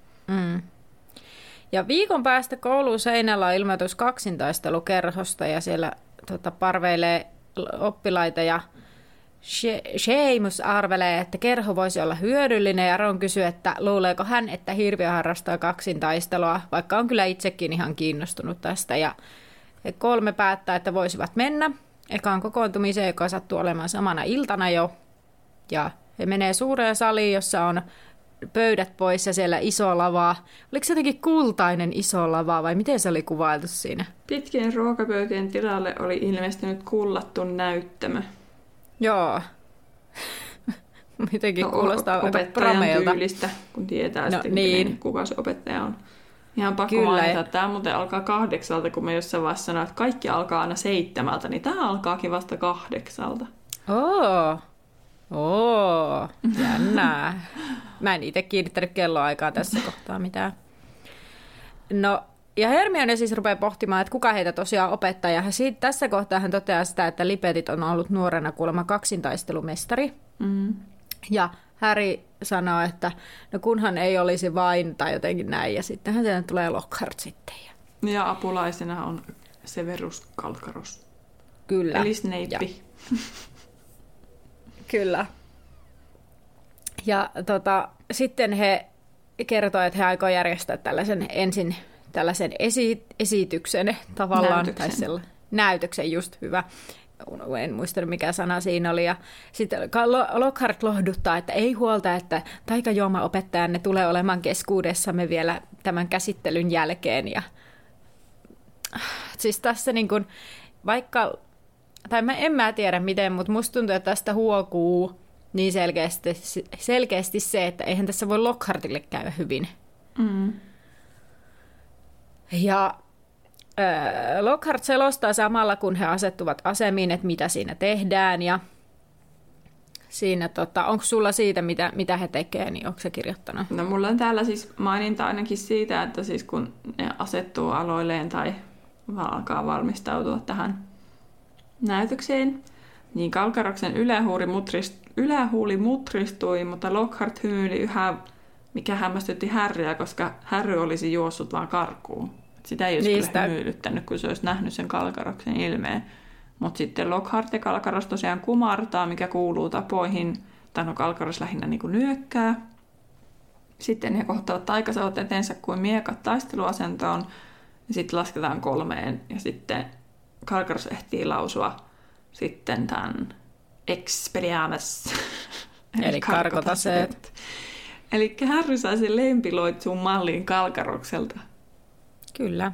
Ja viikon päästä koulun seinällä on ilmoitus kaksintaistelukerhosta ja siellä parveilee oppilaita ja Seamus arvelee, että kerho voisi olla hyödyllinen ja Ron kysyy, että luuleeko hän, että hirviö harrastaa kaksintaistelua, vaikka on kyllä itsekin ihan kiinnostunut tästä. Ja He 3 päättää, että voisivat mennä ekaan kokoontumiseen, joka sattuu olemaan samana iltana jo. Ja he menee suureen saliin, jossa on pöydät pois ja siellä iso lava. Oliko se jotenkin kultainen iso lava vai miten se oli kuvailtu siinä? Pitkien ruokapöytien tilalle oli ilmestynyt kullattu näyttämö. Joo. Mitenkin kuulostaa opettajan prameilta. tyylistä, kun tietää sitten, niin. kuka se opettaja on. Ihan pakko Kyllä. mainita, että tämä muuten alkaa 8, kun me jossain vaiheessa sanoin, että kaikki alkaa aina 7, niin tämä alkaakin vasta 8. Jännää. Mä en itse kiinnittänyt kelloaikaa tässä kohtaa mitään. No, ja Hermione siis rupeaa pohtimaan, että kuka heitä tosiaan opettaa. Ja tässä kohtaa hän toteaa sitä, että Lipetit on ollut nuorena kuulemma kaksintaistelumestari. Mm. Ja Harry sanoo, että no kunhan ei olisi vain tai jotenkin näin. Ja sittenhän sieltä tulee Lockhart sitten. Ja apulaisena on Severus Kalkaros. Kyllä. Eli Snape. Kyllä. Ja sitten he kertoo, että he aikoo järjestää tällaisen esityksen tavallaan. Näytöksen, just hyvä. En muista, mikä sana siinä oli. Ja sitten Lockhart lohduttaa, että ei huolta, että taikajuomaopettajanne tulee olemaan keskuudessamme vielä tämän käsittelyn jälkeen. Ja siis tässä niin kuin, en mä tiedä miten, mutta musta tuntuu, että tästä huokuu niin selkeästi se, että eihän tässä voi Lockhartille käydä hyvin. Mm. Ja Lockhart selostaa samalla, kun he asettuvat asemiin, että mitä siinä tehdään. Ja siinä, onko sulla siitä, mitä he tekee, niin onko se kirjoittanut? No mulla on täällä siis maininta ainakin siitä, että siis kun ne asettuu aloilleen tai alkaa valmistautua tähän näytökseen, niin Kalkaroksen ylähuuli mutristui, mutta Lockhart hymyili yhä, mikä hämmästytti Harryä, koska Harry olisi juossut vaan karkuun. Sitä ei olisi kyllä hymyilyttänyt, kun se olisi nähnyt sen Kalkaroksen ilmeen. Mutta sitten Lockhart ja Kalkaros tosiaan kumartaa, mikä kuuluu tapoihin. Tai no Kalkaros lähinnä niin kuin nyökkää. Sitten he kohtavat taikasauvat eteensä kuin miekat taisteluasentoon. Ja sitten lasketaan 3. Ja sitten Kalkaros ehtii lausua sitten tämän Expelliarmus. Eli karkotaseet. Eli Harry sai sen lempiloitsuun malliin Kalkarokselta. Kyllä.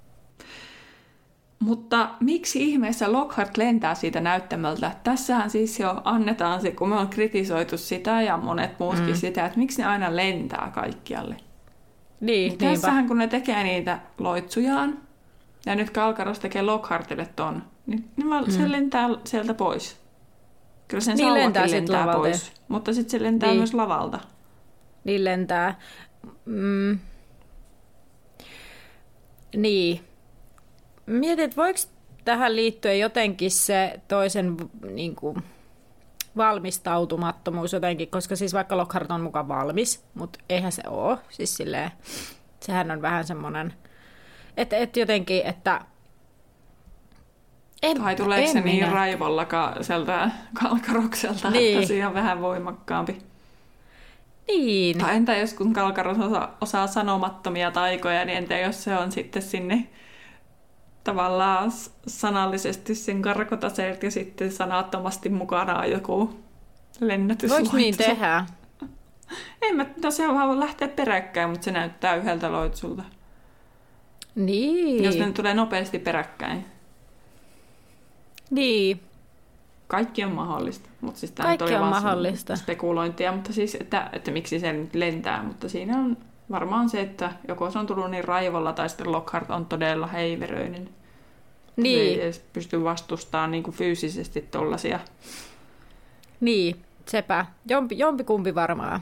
Mutta miksi ihmeessä Lockhart lentää siitä näyttämöltä? Tässähän siis jo annetaan se, kun me on kritisoitu sitä ja monet muutkin sitä, että miksi ne aina lentää kaikkialle. Niin, tässähän kun ne tekee niitä loitsujaan, ja nyt Kalkaros tekee Lockhartille ton, niin se lentää sieltä pois. Kyllä sen niin sauvakin lentää pois, mutta sitten se lentää myös lavalta. Niin lentää. Niin. Mietin, että voiko tähän liittyä jotenkin se toisen niin kuin, valmistautumattomuus jotenkin, koska siis vaikka Lockhart on mukaan valmis, mutta eihän se ole. Siis silleen, sehän on vähän semmoinen, että jotenkin, että tai tuleeko se niin raivollakaan sieltä Kalkarokselta, niin. Että se on vähän voimakkaampi. Niin. Tai entä jos kun Kalkaros osaa sanomattomia taikoja, niin entä jos se on sitten sinne tavallaan sanallisesti sen karkotaseet ja sitten sanattomasti mukana joku lennätysloitsu. Voiko niin tehdä? Se on lähteä peräkkäin, mutta se näyttää yhdeltä loitsulta. Niin. Jos ne tulee nopeasti peräkkäin. Niin. Kaikki on mahdollista. Mutta siis tämä kaikki on mahdollista. Spekulointia, mutta siis, että miksi se nyt lentää. Mutta siinä on varmaan se, että joko se on tullut niin raivolla tai sitten Lockhart on todella heiveröinen. Niin. Ei edes pysty vastustamaan niin kuin fyysisesti tollaisia. Niin, sepä. Jompikumpi varmaan.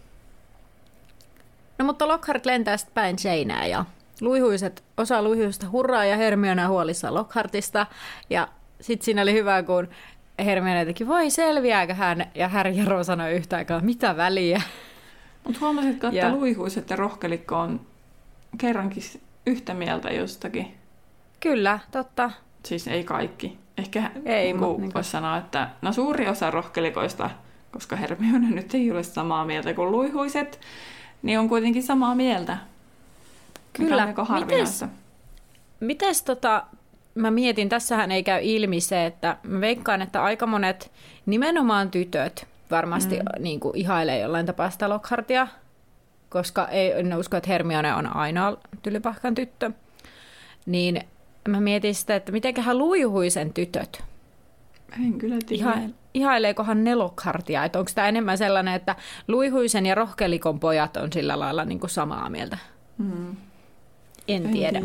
No mutta Lockhart lentää sitten päin seinää ja osa luihuisista hurraa ja Hermione huolissaan Lockhartista. Ja sitten siinä oli hyvä, kun Hermione teki, voi selviääkö hän? Ja Harry ja Ron sanoi yhtä aikaa, mitä väliä? Mutta huomasitko, että luihuiset ja rohkelikko on kerrankin yhtä mieltä jostakin? Kyllä, totta. Siis ei kaikki. Ehkä ei, voisi sanoa, että no suuri osa rohkelikoista, koska Hermione nyt ei ole samaa mieltä kuin luihuiset, niin on kuitenkin samaa mieltä. Kyllä. Mikä on harvinaista. Mites mä mietin, tässähän ei käy ilmi se, että mä veikkaan, että aika monet nimenomaan tytöt varmasti niin kuin ihailee jollain tapaa sitä Lockhartia, koska en usko, että Hermione on ainoa Tylypahkan tyttö. Niin mä mietin sitä, että mitenköhän Luihuisen tytöt. En kyllä tiedä. Ihaileekohan ne Lockhartia? Että onko tämä enemmän sellainen, että Luihuisen ja Rohkelikon pojat on sillä lailla niin kuin samaa mieltä? En tiedä.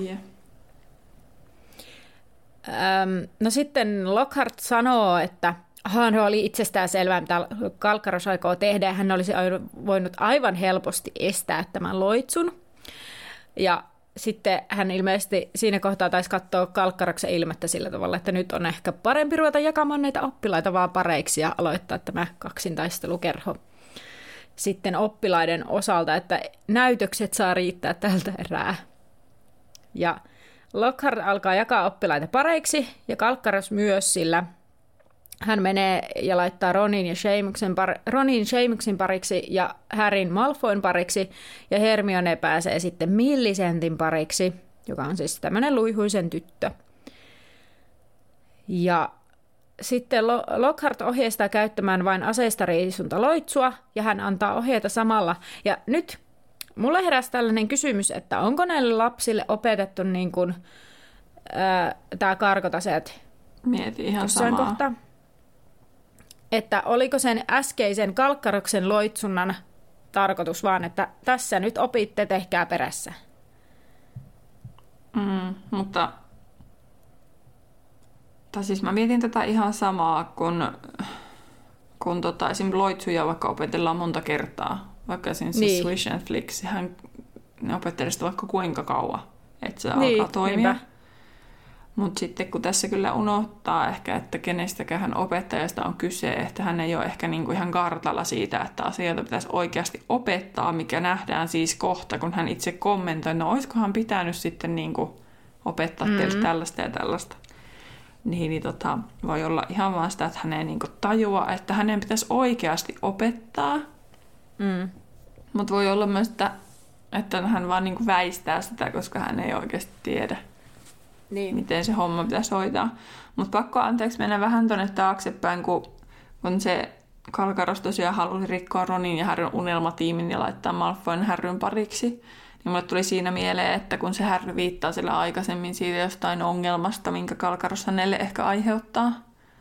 No sitten Lockhart sanoo, että no oli itsestään selvää, mitä Kalkkaros aikoo tehdä, ja hän olisi voinut aivan helposti estää tämän loitsun. Ja sitten hän ilmeisesti siinä kohtaa taisi katsoa Kalkkaroksen ilmettä sillä tavalla, että nyt on ehkä parempi ruveta jakamaan näitä oppilaita vaan pareiksi ja aloittaa tämä kaksintaistelukerho sitten oppilaiden osalta, että näytökset saa riittää tältä erää. Ja Lockhart alkaa jakaa oppilaita pareiksi ja Kalkkaros myös, sillä hän menee ja laittaa Ronin Seamuksin pariksi ja Harryn Malfoyn pariksi, ja Hermione pääsee sitten Millicentin pariksi, joka on siis tämmöinen luihuisen tyttö. Ja sitten Lockhart ohjeistaa käyttämään vain aseistariisuntaloitsua, ja hän antaa ohjeita samalla. Ja nyt mulle heräsi tällainen kysymys, että onko näille lapsille opetettu niin kuin, tämä karkotaseet? Mieti ihan samaa. Kohtaa? Että oliko sen äskeisen Kalkkaroksen loitsunnan tarkoitus vaan, että tässä nyt opitte, tehkää perässä. Mutta siis mä mietin tätä ihan samaa, kun esimerkiksi loitsuja vaikka opetellaan monta kertaa. Vaikka siinä niin. Swish and Flicks, ne opettelee sitä vaikka kuinka kauan, että se alkaa toimia. Mutta sitten kun tässä kyllä unohtaa ehkä, että kenestäkään opettajasta on kyse, että hän ei ole ehkä niinku ihan kartalla siitä, että asioita pitäisi oikeasti opettaa, mikä nähdään siis kohta, kun hän itse kommentoi, no olisikohan pitänyt sitten niinku opettaa teille tällaista ja tällaista. Niin voi olla ihan vaan sitä, että hän ei niinku tajua, että hänen pitäisi oikeasti opettaa. Mutta voi olla myös, että hän vaan niinku väistää sitä, koska hän ei oikeasti tiedä. Niin. Miten se homma pitäisi hoitaa. Mutta pakko mennä vähän tuonne taaksepäin, kun se Kalkkaros tosiaan halusi rikkoa Ronin ja Harryn unelmatiimin ja laittaa Malfoyn Harryn pariksi. Niin mulle tuli siinä mieleen, että kun se Harry viittaa sillä aikaisemmin siitä jostain ongelmasta, minkä Kalkkaros hänelle ehkä aiheuttaa,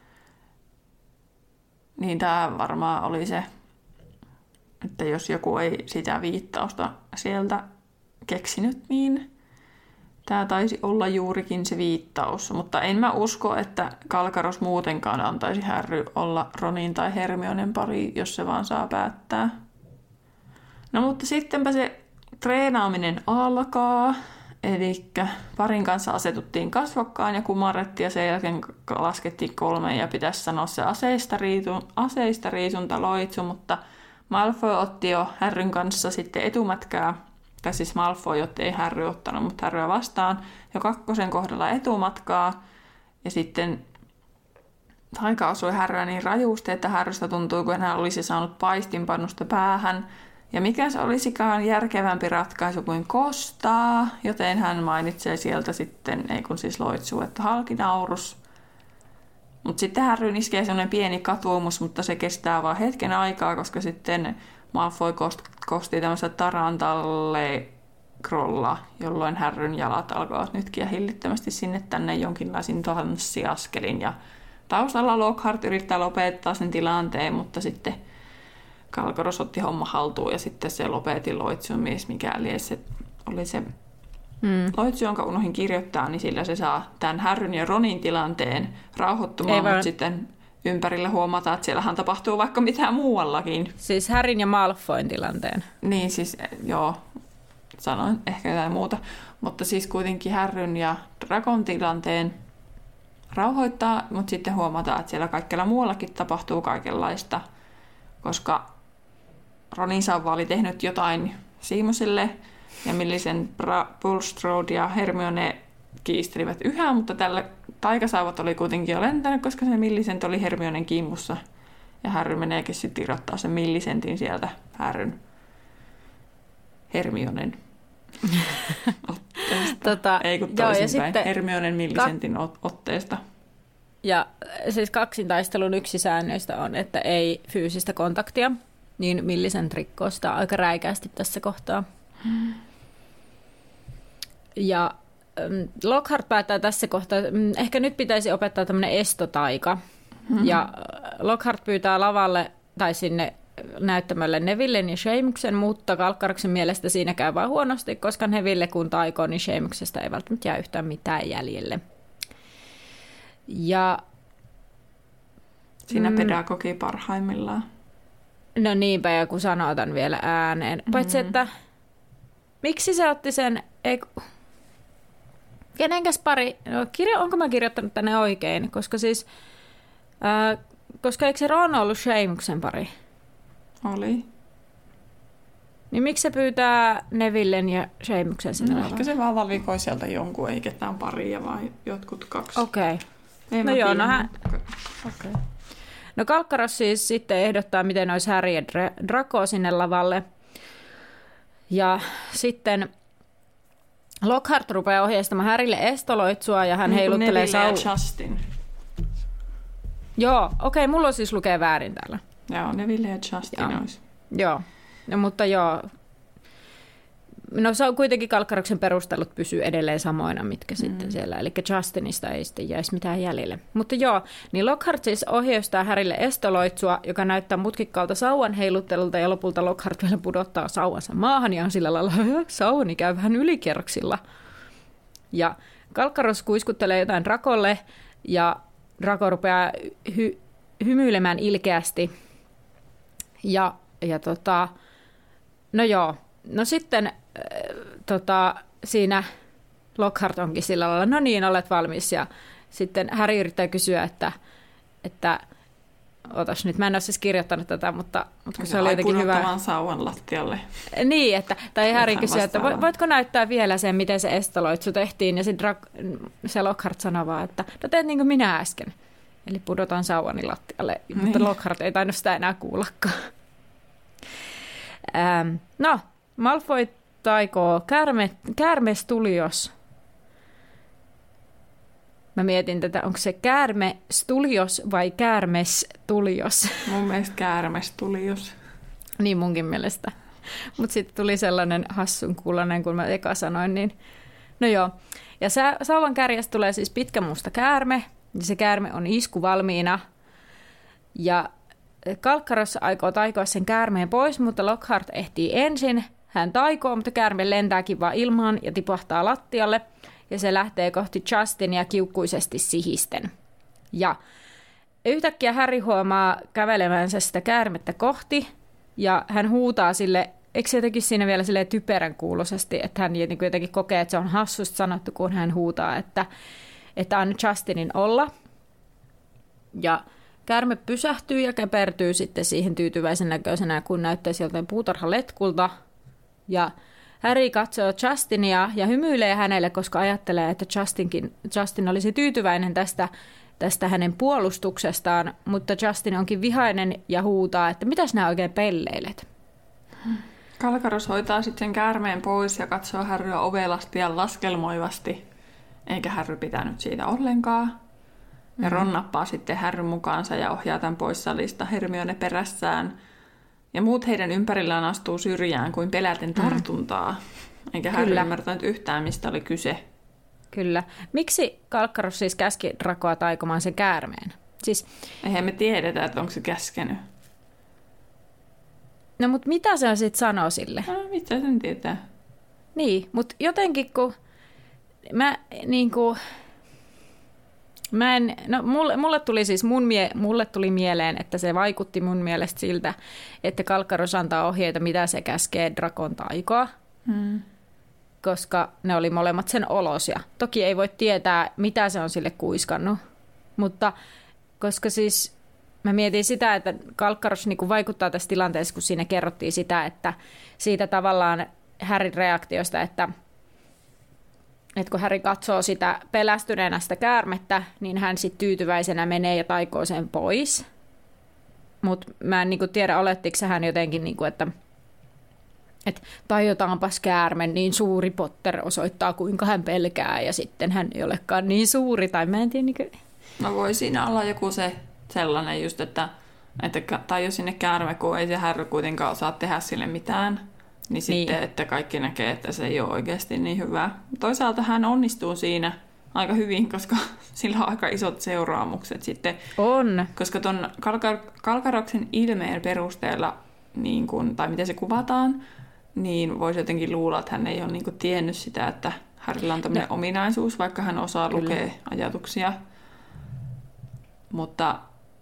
niin tämä varmaan oli se, että jos joku ei sitä viittausta sieltä keksinyt, niin tämä taisi olla juurikin se viittaus, mutta en mä usko, että Kalkkaros muutenkaan antaisi Harry olla Ronin tai Hermionen pari, jos se vaan saa päättää. No mutta sittenpä se treenaaminen alkaa, eli parin kanssa asetuttiin kasvokkaan ja kumarrettiin ja sen jälkeen laskettiin 3 ja pitäisi sanoa se aseistariisuntaloitsu, mutta Malfoy otti jo Harryn kanssa sitten etumatkaa. Tai siis Malfoy, jotta ei Harry ottanut, mutta Harryä vastaan jo 2 kohdalla etumatkaa. Ja sitten taika osui Harryä niin rajusti, että Harrystä tuntui, kun hän olisi saanut paistinpannusta päähän. Ja mikä se olisikaan järkevämpi ratkaisu kuin kostaa, joten hän mainitsee sieltä sitten, ei kun siis loitsuu, että halkinaurus. Mutta sitten Harryn iskee sellainen pieni katuumus, mutta se kestää vain hetken aikaa, koska sitten Malfoy kosti tämmöistä tarantalle-krolla, jolloin Harryn jalat alkavat nytkiä hillittömästi sinne tänne jonkinlaisin tanssiaskelin. Ja taustalla Lockhart yrittää lopettaa sen tilanteen, mutta sitten Kalkkaros otti homma haltuun ja sitten se lopetti loitsun mies, mikäli se oli se loitsu, jonka unohin kirjoittaa, niin sillä se saa tämän Harryn ja Ronin tilanteen rauhoittumaan, mutta sitten ympärillä huomataan, että siellähän tapahtuu vaikka mitään muuallakin. Siis Harryn ja Malfoyn tilanteen. Niin siis, joo, sanoin ehkä jotain muuta. Mutta siis kuitenkin Harryn ja Dragon tilanteen rauhoittaa, mutta sitten huomataan, että siellä kaikella muuallakin tapahtuu kaikenlaista, koska Ronin sauva oli tehnyt jotain Seamusille ja Millicent Bulstrode ja Hermione kiistelivät yhä, mutta tällä taikasauvat oli kuitenkin jo lentänyt, koska se Millicent oli Hermionen kimmussa. Ja Harry meneekin sitten irrottaa sen Millicentin sieltä Hermionen Ei kun toisinpäin. Hermionen Millicentin otteesta. Ja siis kaksintaistelun yksi säännöistä on, että ei fyysistä kontaktia, niin Millicent rikkoo sitä aika räikästi tässä kohtaa. Ja Lockhart päättää tässä kohtaa, ehkä nyt pitäisi opettaa tämmöinen estotaika. Ja Lockhart pyytää lavalle tai sinne näyttämölle Nevillen ja Seamuksen, mutta Kalkkaroksen mielestä siinä käy vaan huonosti, koska Neville kun taikoo, niin Seamuksesta ei välttämättä jää yhtään mitään jäljelle. Ja siinä pedagogi parhaimmillaan. No niinpä, ja kun sanoo tämän vielä ääneen. Paitsi, että miksi se otti sen... Kenenkäs pari... No, onko mä kirjoittanut tänne oikein? Koska siis... koska eikö se Ron ollut Seamuksen pari? Oli. Niin miksi se pyytää Nevillen ja Seamuksen sinne lavalle? Ehkä se vaan valikoi sieltä jonkun, ei ketään paria, vaan jotkut kaksi. Okei. No joo, no hän... Okay. No Kalkkaros siis sitten ehdottaa, miten olisi Harry ja Draco sinne lavalle. Ja sitten Lockhart rupeaa ohjeistamaan Harrylle estoloitsua ja hän heiluttelee Neville ja Justin. Joo, okei, mulla on siis lukee väärin täällä. Joo, Neville ja Justin olisi. Joo, no, mutta joo. No se on kuitenkin Kalkkaroksen perustelut pysyy edelleen samoina, mitkä sitten siellä. Eli Justinista ei sitten jäisi mitään jäljelle. Mutta joo, niin Lockhart siis ohjeistaa Harrylle estoloitsua, joka näyttää mutkikkaalta sauvan heiluttelulta ja lopulta Lockhart vielä pudottaa sauvansa maahan ja on sillä lailla, sauvani käy vähän ylikierroksilla. Ja Kalkkaros kuiskuttelee jotain Dracolle ja Draco rupeaa hymyilemään ilkeästi. No joo, no sitten siinä Lockhart onkin sillä lailla, no niin, olet valmis. Ja sitten Harry yrittää kysyä, että otas nyt, mä en ole siis kirjoittanut tätä, mutta kun se oli jotenkin hyvä. Pudottamaan sauvan lattialle. Niin, tai Harry kysyy, että voitko näyttää vielä sen, miten se estoloitsu tehtiin. Ja se Lockhart sanoo vaan, että no teet niin kuin minä äsken. Eli pudotan sauvani lattialle, mutta Lockhart ei tainnut sitä enää kuullakaan. No, Malfoy taikoo käärmestulios. Mä mietin tätä, onko se käärmestulios vai käärmestulios? Mun mielestä käärmestulios. Niin munkin mielestä. Mutta sitten tuli sellainen hassun kuulonen, kun mä eka sanoin, niin no joo. Ja sauvan kärjestä tulee siis pitkä musta käärme, ja se käärme on isku valmiina. Ja Kalkkaros aikoo taikoa sen käärmeen pois, mutta Lockhart ehtii ensin. Hän taikoo, mutta käärme lentääkin vaan ilmaan ja tipahtaa lattialle. Ja se lähtee kohti Justinia kiukkuisesti sihisten. Ja yhtäkkiä Harry huomaa kävelemänsä sitä käärmettä kohti. Ja hän huutaa sille, eikö se jotenkin siinä vielä silleen typerän kuuloisesti, että hän jotenkin kokee, että se on hassusti sanottu, kun hän huutaa, että anna Justinin olla. Ja käärme pysähtyy ja käpertyy sitten siihen tyytyväisen näköisenä, kun näyttäisi joltain puutarhaletkulta. Ja Harry katsoo Justinia ja hymyilee hänelle, koska ajattelee, että Justin olisi tyytyväinen tästä hänen puolustuksestaan, mutta Justin onkin vihainen ja huutaa, että mitäs nämä oikein pelleilet? Kalkkaros hoitaa sitten sen käärmeen pois ja katsoo Harryä ovelasti ja laskelmoivasti, eikä Harry pitänyt siitä ollenkaan. Ja Ron nappaa sitten Harryn mukaansa ja ohjaa tämän pois salista Hermione perässään. Ja muut heidän ympärillään astuu syrjään kuin peläten tartuntaa. Eikä Harry ymmärtänyt yhtään, mistä oli kyse. Kyllä. Miksi Kalkkaros siis käski Dracoa taikomaan sen käärmeen? Siis... Eihän me tiedetä, että onko se käskenyt. No, mutta mitä se sitten sanoo sille? No, mitä sen tietää? Niin, mutta jotenkin kun... Mulle tuli mieleen, että se vaikutti mun mielestä siltä, että Kalkkaros antaa ohjeita, mitä se käskee Dracon taikoa, koska ne oli molemmat sen olosia. Toki ei voi tietää, mitä se on sille kuiskannut, mutta koska siis mä mietin sitä, että Kalkkaros niinku vaikuttaa tässä tilanteessa, kun siinä kerrottiin sitä, että siitä tavallaan Harryn reaktiosta, että kun Harry katsoo sitä pelästyneenä sitä käärmettä, niin hän sitten tyytyväisenä menee ja taikoo sen pois. Mutta mä en tiedä, olettiko hän jotenkin, että että tajotaanpas käärme, niin suuri Potter osoittaa, kuinka hän pelkää, ja sitten hän ei olekaan niin suuri, tai mä en tiedä. Niin no voi siinä olla joku se sellainen just, että tai jos sinne käärme, kun ei se Harry kuitenkaan osaa tehdä sille mitään, niin sitten, että kaikki näkee, että se ei ole oikeasti niin hyvä. Toisaalta hän onnistuu siinä aika hyvin, koska sillä on aika isot seuraamukset sitten. On. Koska tuon Kalkaroksen ilmeen perusteella, niin kun, tai miten se kuvataan, niin voisi jotenkin luulla, että hän ei ole niin kun tiennyt sitä, että Harrylla on tämmöinen ominaisuus, vaikka hän osaa lukea ajatuksia. Mutta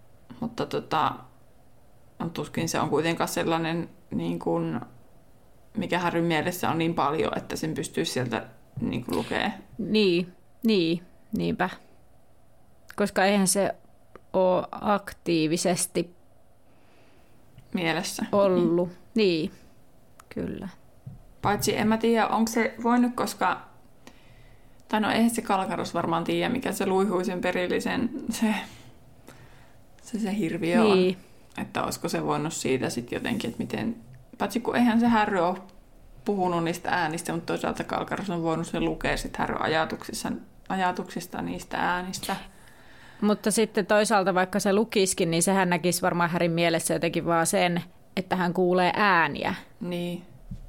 tuskin se on kuitenkaan sellainen, niin kuin, mikä Harryn mielessä on niin paljon, että sen pystyisi sieltä niin kuin lukemaan. Niinpä. Koska eihän se ole aktiivisesti mielessä ollut. Niin, kyllä. Paitsi en mä tiedä, onko se voinut, koska tai no eihän se Kalkaros varmaan tiedä, mikä se Luihuisen perillisen se hirviö on. Että olisiko se voinut siitä sitten jotenkin, että miten, paitsi kun eihän se Harry ole puhunut niistä äänistä, mutta toisaalta Kalkaros on voinut sen lukea sitten Harry ajatuksista niistä äänistä. Mutta sitten toisaalta vaikka se lukisikin, niin sehän näkisi varmaan Harryn mielessä jotenkin vaan sen, että hän kuulee ääniä. Niin.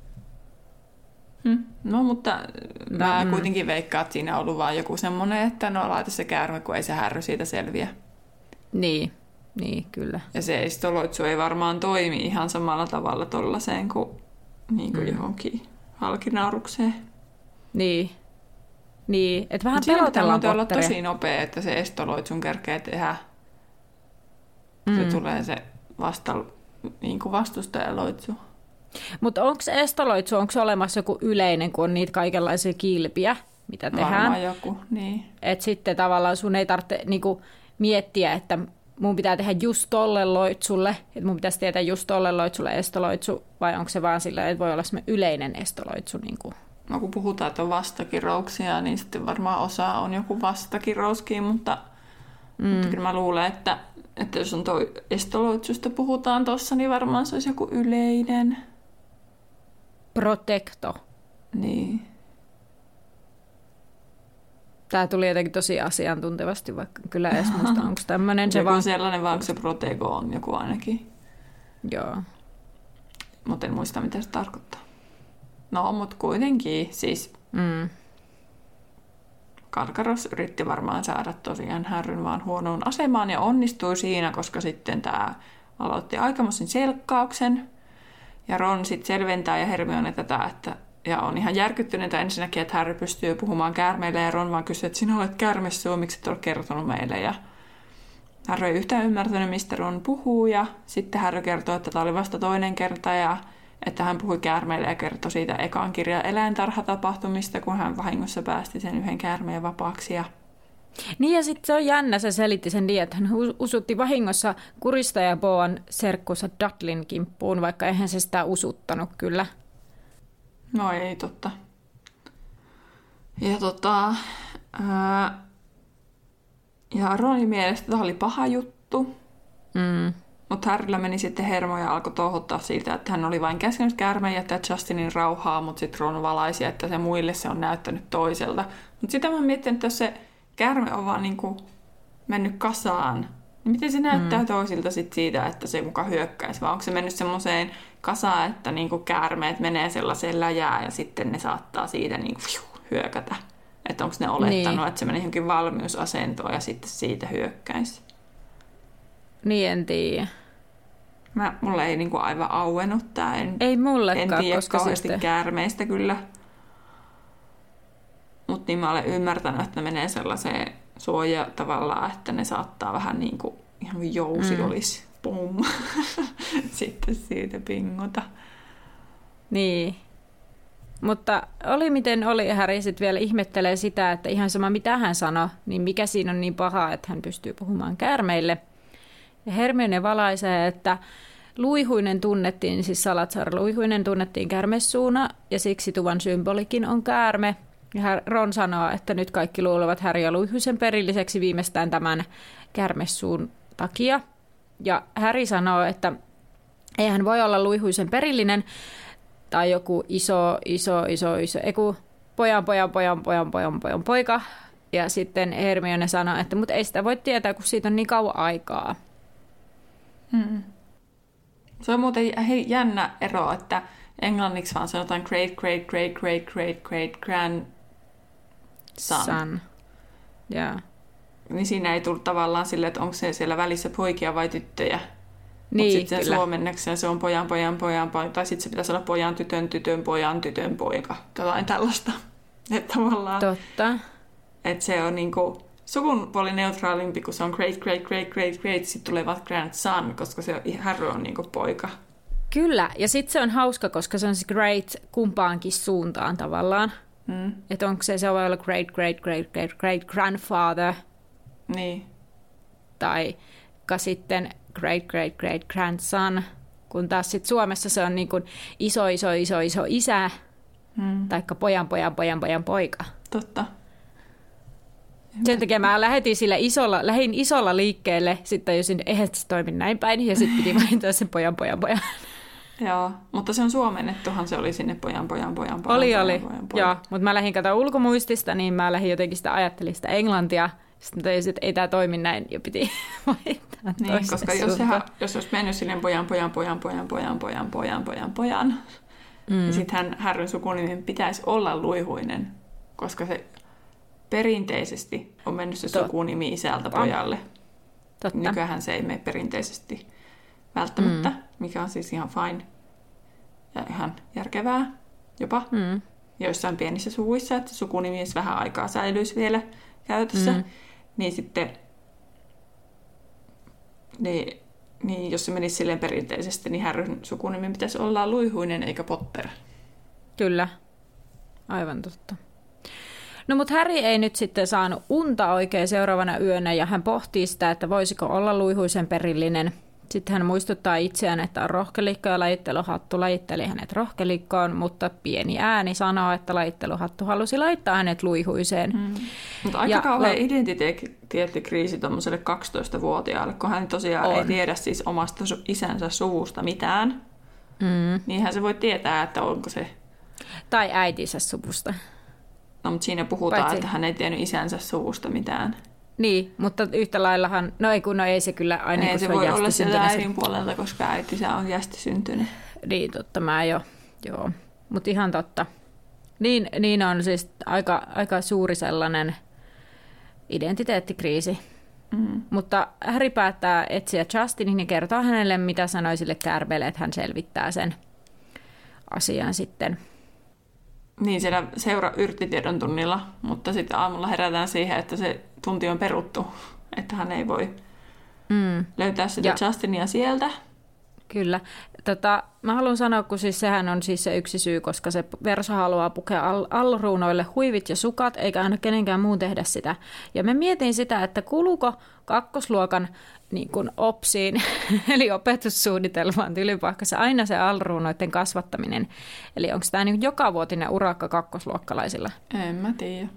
No, mutta mä kuitenkin veikkaan, että siinä on ollut vaan joku semmoinen, että no laita se käärme, kun ei se Harry siitä selviä. Niin, kyllä. Ja se estoloitsu ei varmaan toimi ihan samalla tavalla tollaiseen kuin, johonkin halkinaurukseen. Niin, että vähän pelotellaan Potteria. Olla tosi nopea, että se estoloitsun kerkee tehdä. Se tulee se vastustajaloitsu. Mutta onko estoloitsu, onko olemassa joku yleinen, kun on niitä kaikenlaisia kilpiä, mitä tehdään? Varmaan joku, niin. Että sitten tavallaan sun ei tarvitse niinku miettiä, että mun pitää tehdä just tolle loitsulle, että mun pitäisi tietää just tolle loitsulle estoloitsu, vai onko se vaan sillä, että voi olla semmoinen yleinen estoloitsu? Niin no kun puhutaan, että on vastakirouksia, niin sitten varmaan osa on joku vastakirouskin, mutta kyllä mä luulen, että jos on toi estoloitsusta puhutaan tuossa, niin varmaan se olisi joku yleinen. Protecto. Niin. Tämä tuli jotenkin tosi asiantuntevasti, vaikka kyllä edes muista, onko tämmöinen se vaan. Sellainen, vaan se Protego on joku ainakin. Joo. Mutta en muista, mitä se tarkoittaa. No, mutta kuitenkin siis Kalkaros yritti varmaan saada tosiaan Harryn vaan huonoon asemaan ja onnistui siinä, koska sitten tämä aloitti aikamoisen selkkauksen. Ja Ron sitten selventää ja Hermione tätä, ja on ihan järkyttyneitä ensinnäkin, että Harry pystyy puhumaan käärmeille ja Ron vaan kysyy, että sinä olet käärmessuo, miksi et ole kertonut meille. Ja Harry ei yhtään ymmärtänyt, mistä Ron puhuu ja sitten Harry kertoo, että tämä oli vasta toinen kerta ja että hän puhui käärmeille ja kertoi siitä ekan kirjan eläintarhatapahtumista, kun hän vahingossa päästi sen yhden käärmeen vapaaksi. Niin ja sitten se on jännä, se selitti sen niin, että hän usutti vahingossa kuristaja Boan serkkunsa Dudleyn kimppuun, vaikka eihän se sitä usuttanut kyllä. No ei totta. Ja ja Ronin mielestä tämä oli paha juttu. Mutta Harryllä meni sitten hermo ja alkoi touhuttaa siitä, että hän oli vain käskenyt käärmeen jättää Justinin rauhaa, mutta sitten Ron valaisi, että se muille se on näyttänyt toiselta. Mutta sitä mä oon miettinyt, että jos se käärme on vaan niinku mennyt kasaan, niin miten se näyttää toisilta sit siitä, että se muka hyökkäisi? Vai onko se mennyt semmoiseen kasaan, että niinku käärmeet menee sellaiseen läjään ja sitten ne saattaa siitä niinku hyökätä? Että onko ne olettanut, että se menee johonkin valmiusasentoon ja sitten siitä hyökkäisi? Niin, en tiedä. Mulle ei niinku aivan auennut tää. Ei mullekaan, en tiedä koska kauheasti sitten käärmeistä kyllä. Mutta niin mä olen ymmärtänyt, että ne menee sellaiseen suojaan tavallaan, että ne saattaa vähän niin kuin ihan jousi olisi. Pum. Sitten siitä pingota. Niin. Mutta oli miten oli, Harry sitten vielä ihmettelee sitä, että ihan sama mitä hän sanoi, niin mikä siinä on niin pahaa, että hän pystyy puhumaan käärmeille. Ja Hermione valaisee, että Luihuinen tunnettiin, siis Salazar Luihuinen tunnettiin käärmesuuna, ja siksi tuvan symbolikin on käärme. Ja Ron sanoo, että nyt kaikki luulevat Harry ja Luihuisen perilliseksi viimeistään tämän käärmesuun takia. Ja Harry sanoo, että ei hän voi olla Luihuisen perillinen, tai joku iso, pojan poika. Ja sitten Hermione sanoi, että mutta ei sitä voi tietää, kun siitä on niin kauan aikaa. Se on muuten jännä ero, että englanniksi vaan sanotaan great grandson. Son. Yeah. Niin siinä ei tullut tavallaan silleen, että onko se siellä välissä poikia vai tyttöjä. Niin, mutta sitten sen suomenneksi se on pojan, tai sitten se pitäisi olla pojan, tytön, poika. Jotain tällaista. Että tavallaan... Totta. Että se on niinku sukupuolineutraalimpi, kun se on great, sitten tulee vaan grandson, koska se Harry on niinku poika. Kyllä, ja sitten se on hauska, koska se on siis great kumpaankin suuntaan tavallaan. Että onko se voi olla great grandfather. Niin. Tai sitten great grandson, kun taas sitten Suomessa se on niin kuin iso isä, taikka pojan poika. Totta. Sen takia mä lähdin isolla liikkeelle, sitten tajusin, että eihän se toimi näin päin, ja sitten piti vaihtaa sen pojan. Joo, mutta se on suomennettuhan, se oli sinne pojan. Oli, joo, mutta mä lähdin katsoa ulkomuistista, niin mä lähdin jotenkin ajattelin sitä englantia, sitten tajusin, että ei tämä toimi näin, ja piti vaihtaa niin, koska jos olisi mennyt sinne pojan, niin sittenhän Harryn sukunimen pitäisi olla Luihuinen, koska se perinteisesti on mennyt se sukunimi isältä pojalle. Totta. Nykyään se ei mene perinteisesti välttämättä, mikä on siis ihan fine ja ihan järkevää jopa joissain pienissä suvuissa, että sukunimi vähän aikaa säilyisi vielä käytössä. Niin sitten, niin jos se menisi silleen perinteisesti, niin Harryn sukunimen pitäisi olla Luihuinen eikä Potter. Kyllä, aivan totta. No mutta Harry ei nyt sitten saanut unta oikein seuraavana yönä ja hän pohtii sitä, että voisiko olla Luihuisen perillinen. Sitten hän muistuttaa itseään, että on rohkelikko ja lajitteluhattu lajitteli hänet rohkelikkoon, mutta pieni ääni sanoo, että lajitteluhattu halusi laittaa hänet Luihuiseen. Mutta aika kauhean identiteettikriisi tuommoiselle 12-vuotiaalle, kun hän tosiaan ei tiedä siis omasta isänsä suvusta mitään. Niinhän se voi tietää, että onko se... Tai äitinsä suvusta. No, mutta siinä puhutaan, että hän ei tiennyt isänsä suvusta mitään. Niin, mutta yhtä laillahan, ei se kyllä aina, ei kun se voi olla sieltä äidin puolelta, koska äitisä on jästisyntynyt. Niin, totta, joo. Mutta ihan totta. Niin on siis aika suuri sellainen identiteettikriisi. Mutta Harry päättää etsiä Justinin ja kertoo hänelle, mitä sanoi sille Käärmeelle, että hän selvittää sen asian sitten. Niin, siellä yrttitiedon tunnilla, mutta sitten aamulla herätään siihen, että se tunti on peruttu, että hän ei voi löytää sitä Justinia sieltä. Kyllä. Mä haluan sanoa, kun siis sehän on siis se yksi syy, koska se Verso haluaa pukea alruunoille huivit ja sukat, eikä aina kenenkään muun tehdä sitä. Ja me mietin sitä, että kuluuko kakkosluokan niin kuin OPSiin, eli opetussuunnitelmaan Tylypahkassa aina se alruunoiden kasvattaminen. Eli onko tämä niin jokavuotinen urakka kakkosluokkalaisilla? En mä tiedä.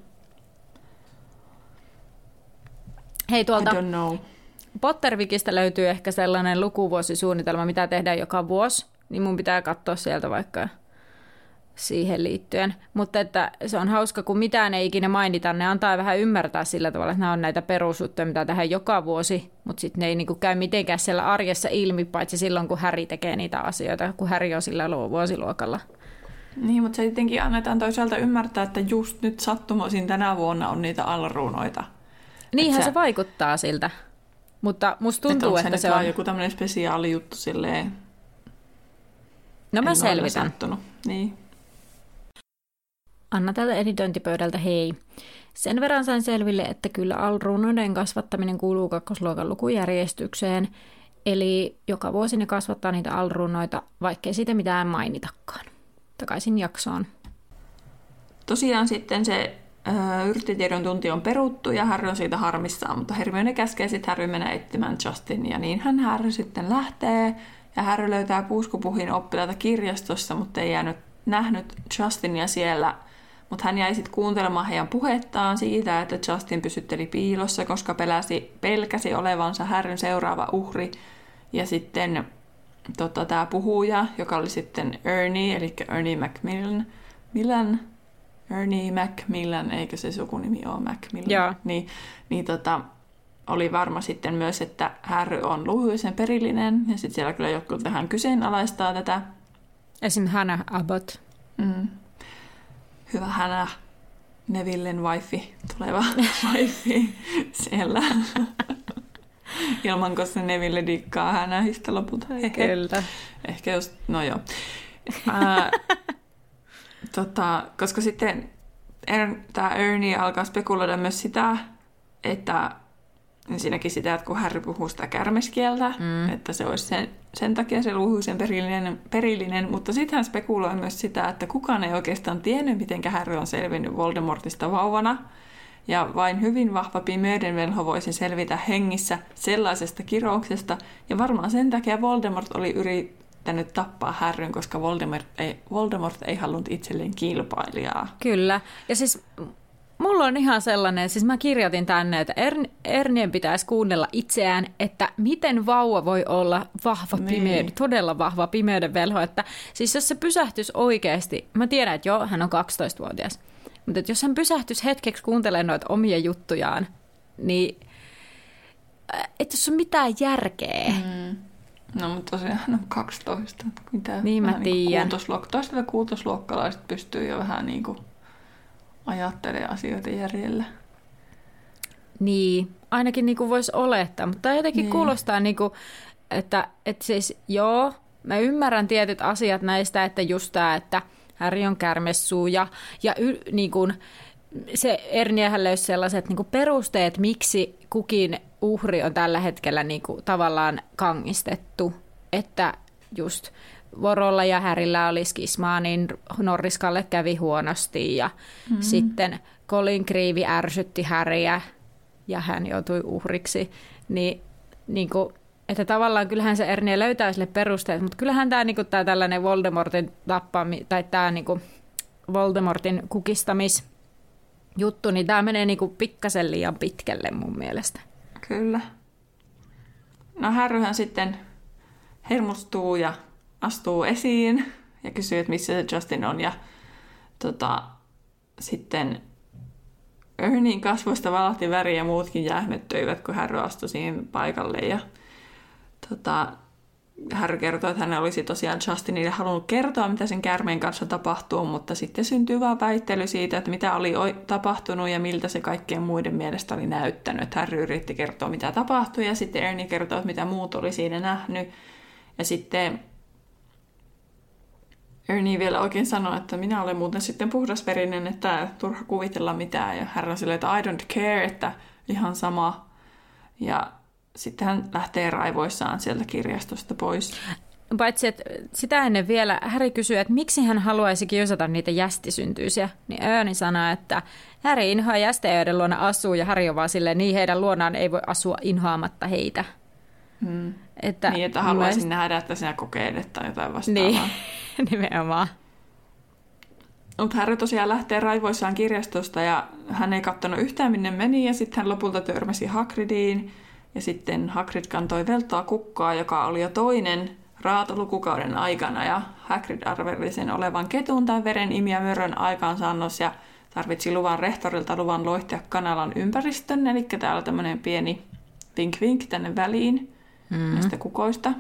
Hei, tuolta I don't know. Pottervikistä löytyy ehkä sellainen lukuvuosisuunnitelma, mitä tehdään joka vuosi, niin mun pitää katsoa sieltä vaikka siihen liittyen. Mutta että se on hauska, kun mitään ei ikinä mainita, ne antaa vähän ymmärtää sillä tavalla, että nämä on näitä perusjuttuja, mitä tehdään joka vuosi, mutta sitten ne ei niinku käy mitenkään siellä arjessa ilmi, paitsi silloin, kun Harry tekee niitä asioita, kun Harry on sillä vuosiluokalla. Niin, mutta se jotenkin annetaan toisaalta ymmärtää, että just nyt sattumoisin tänä vuonna on niitä alruunoita. Niinhän se vaikuttaa siltä. Mutta musta tuntuu, että se on joku tämmöinen spesiaali juttu silleen. No mä selvitän. Niin. Anna tältä editointipöydältä hei. Sen verran sain selville, että kyllä alruunoiden kasvattaminen kuuluu kakkosluokan lukujärjestykseen. Eli joka vuosi ne kasvattaa niitä alruunoita, vaikkei siitä mitään mainitakaan. Takaisin jaksoon. Tosiaan sitten se yrttitiedon tunti on peruttu ja Harry on siitä harmissaan, mutta Hermione käskee sitten Harry mennä etsimään Justinia, niin Harry sitten lähtee ja Harry löytää puuskupuhin oppilaita kirjastossa, mutta ei nähnyt Justinia siellä, mutta hän jäi sitten kuuntelemaan heidän puhettaan siitä, että Justin pysytteli piilossa, koska pelkäsi olevansa Harryn seuraava uhri ja sitten tämä puhuja, joka oli sitten Ernie, eli Ernie Macmillan, Ernie Macmillan, eikö se sukunimi ole Macmillan? Joo. Niin, oli varma sitten myös, että Harry on luuhyisen perillinen, ja sitten siellä kyllä jotkut vähän kyseenalaistaa tätä. Esim. Hannah Abbott. Hyvä Hannah, Nevillen wifi, tuleva wifi siellä. Ilman, koska Neville dikkaa Hannahista lopulta. Kyllä. Ehkä just, no joo. Koska sitten tämä Ernie alkaa spekuloida myös sitä, että ensinnäkin sitä, että kun Harry puhuu sitä kärmeskieltä, että se olisi sen takia se luuhyisen perillinen, mutta sitten hän spekuloi myös sitä, että kukaan ei oikeastaan tiennyt, miten Harry on selvinnyt Voldemortista vauvana, ja vain hyvin vahva pimeyden velho voisi selvitä hengissä sellaisesta kirouksesta, ja varmaan sen takia Voldemort oli yrittänyt tappaa Harryn, koska Voldemort ei halunnut itselleen kilpailijaa. Kyllä, ja siis mulla on ihan sellainen, siis mä kirjoitin tänne, että Ernien pitäisi kuunnella itseään, että miten vauva voi olla vahva todella vahva pimeyden velho. Että siis jos se pysähtyisi oikeasti, mä tiedän, että joo, hän on 12-vuotias, mutta että jos hän pysähtyisi hetkeksi kuuntelemaan noita omia juttujaan, niin et jos on mitään järkeä. No, mutta tosiaan hän on 12. Mitä niin mä tiedän. Toisaalta kuutosluokkalaiset pystyy jo vähän niin kuin ajattelee asioita järjellä. Niin, ainakin niin kuin voisi olettaa, mutta jotenkin kuulostaa, niin kuin, että siis joo, mä ymmärrän tietyt asiat näistä, että just tämä, että Harry on kärmessuu ja niin kuin, se Erniehän löysi sellaiset niin kuin perusteet, miksi kukin uhri on tällä hetkellä niin kuin, tavallaan kangistettu, että just Vorolla ja Härillä oli skismaa, niin Norriskalle kävi huonosti ja sitten Colin Creevy ärsytti Harryä ja hän joutui uhriksi. Niin kuin, että tavallaan kyllähän se Ernie löytää sille perusteet, mutta kyllähän tämä, niin kuin, tämä tällainen Voldemortin tai tämä niin kuin Voldemortin kukistamisjuttu, niin tämä menee niin kuin pikkasen liian pitkälle mun mielestä. Kyllä. No Harryhän sitten hermostuu ja astuu esiin ja kysyy, että missä se Justin on. Ja sitten Ernien kasvoista valahti väri ja muutkin jähmettyivät, kun Harry astui siihen paikalle. Ja Harry kertoi, että hän olisi tosiaan Justinille halunnut kertoa, mitä sen käärmeen kanssa tapahtuu, mutta sitten syntyy vaan väittely siitä, että mitä oli tapahtunut ja miltä se kaikkien muiden mielestä oli näyttänyt. Harry yritti kertoa, mitä tapahtui, ja sitten Ernie kertoi, että mitä muut oli siinä nähnyt. Ja sitten Ernie vielä oikein sanoi, että minä olen muuten sitten puhdasverinen, että turha kuvitella mitään. Ja Harry on silleen, että I don't care, että ihan sama. Ja sitten hän lähtee raivoissaan sieltä kirjastosta pois. Paitsi, että sitä ennen vielä Harry kysyy, että miksi hän haluaisi kiusata niitä jästisyntyisiä. Niin Ernie sanoo, että Harry inhoaa jästejä, joiden luona asuu, ja Harry on vaan silleen, niin heidän luonaan ei voi asua inhoamatta heitä. Että haluaisin nähdä, että sinä kokeilet tai jotain vastaavaa. Niin, nimenomaan. Mutta Harry tosiaan lähtee raivoissaan kirjastosta ja hän ei katsonut yhtään minne meni ja sitten hän lopulta törmäsi Hagridiin. Ja sitten Hagrid kantoi veltoa kukkaa, joka oli jo toinen raatolukukauden aikana ja Hagrid arveli sen olevan ketun tai veren imiä mörön aikaansaannos ja tarvitsi luvan rehtorilta luvan loihtia kanalan ympäristön. Eli täällä on tämmöinen pieni vink tänne väliin näistä kukoista.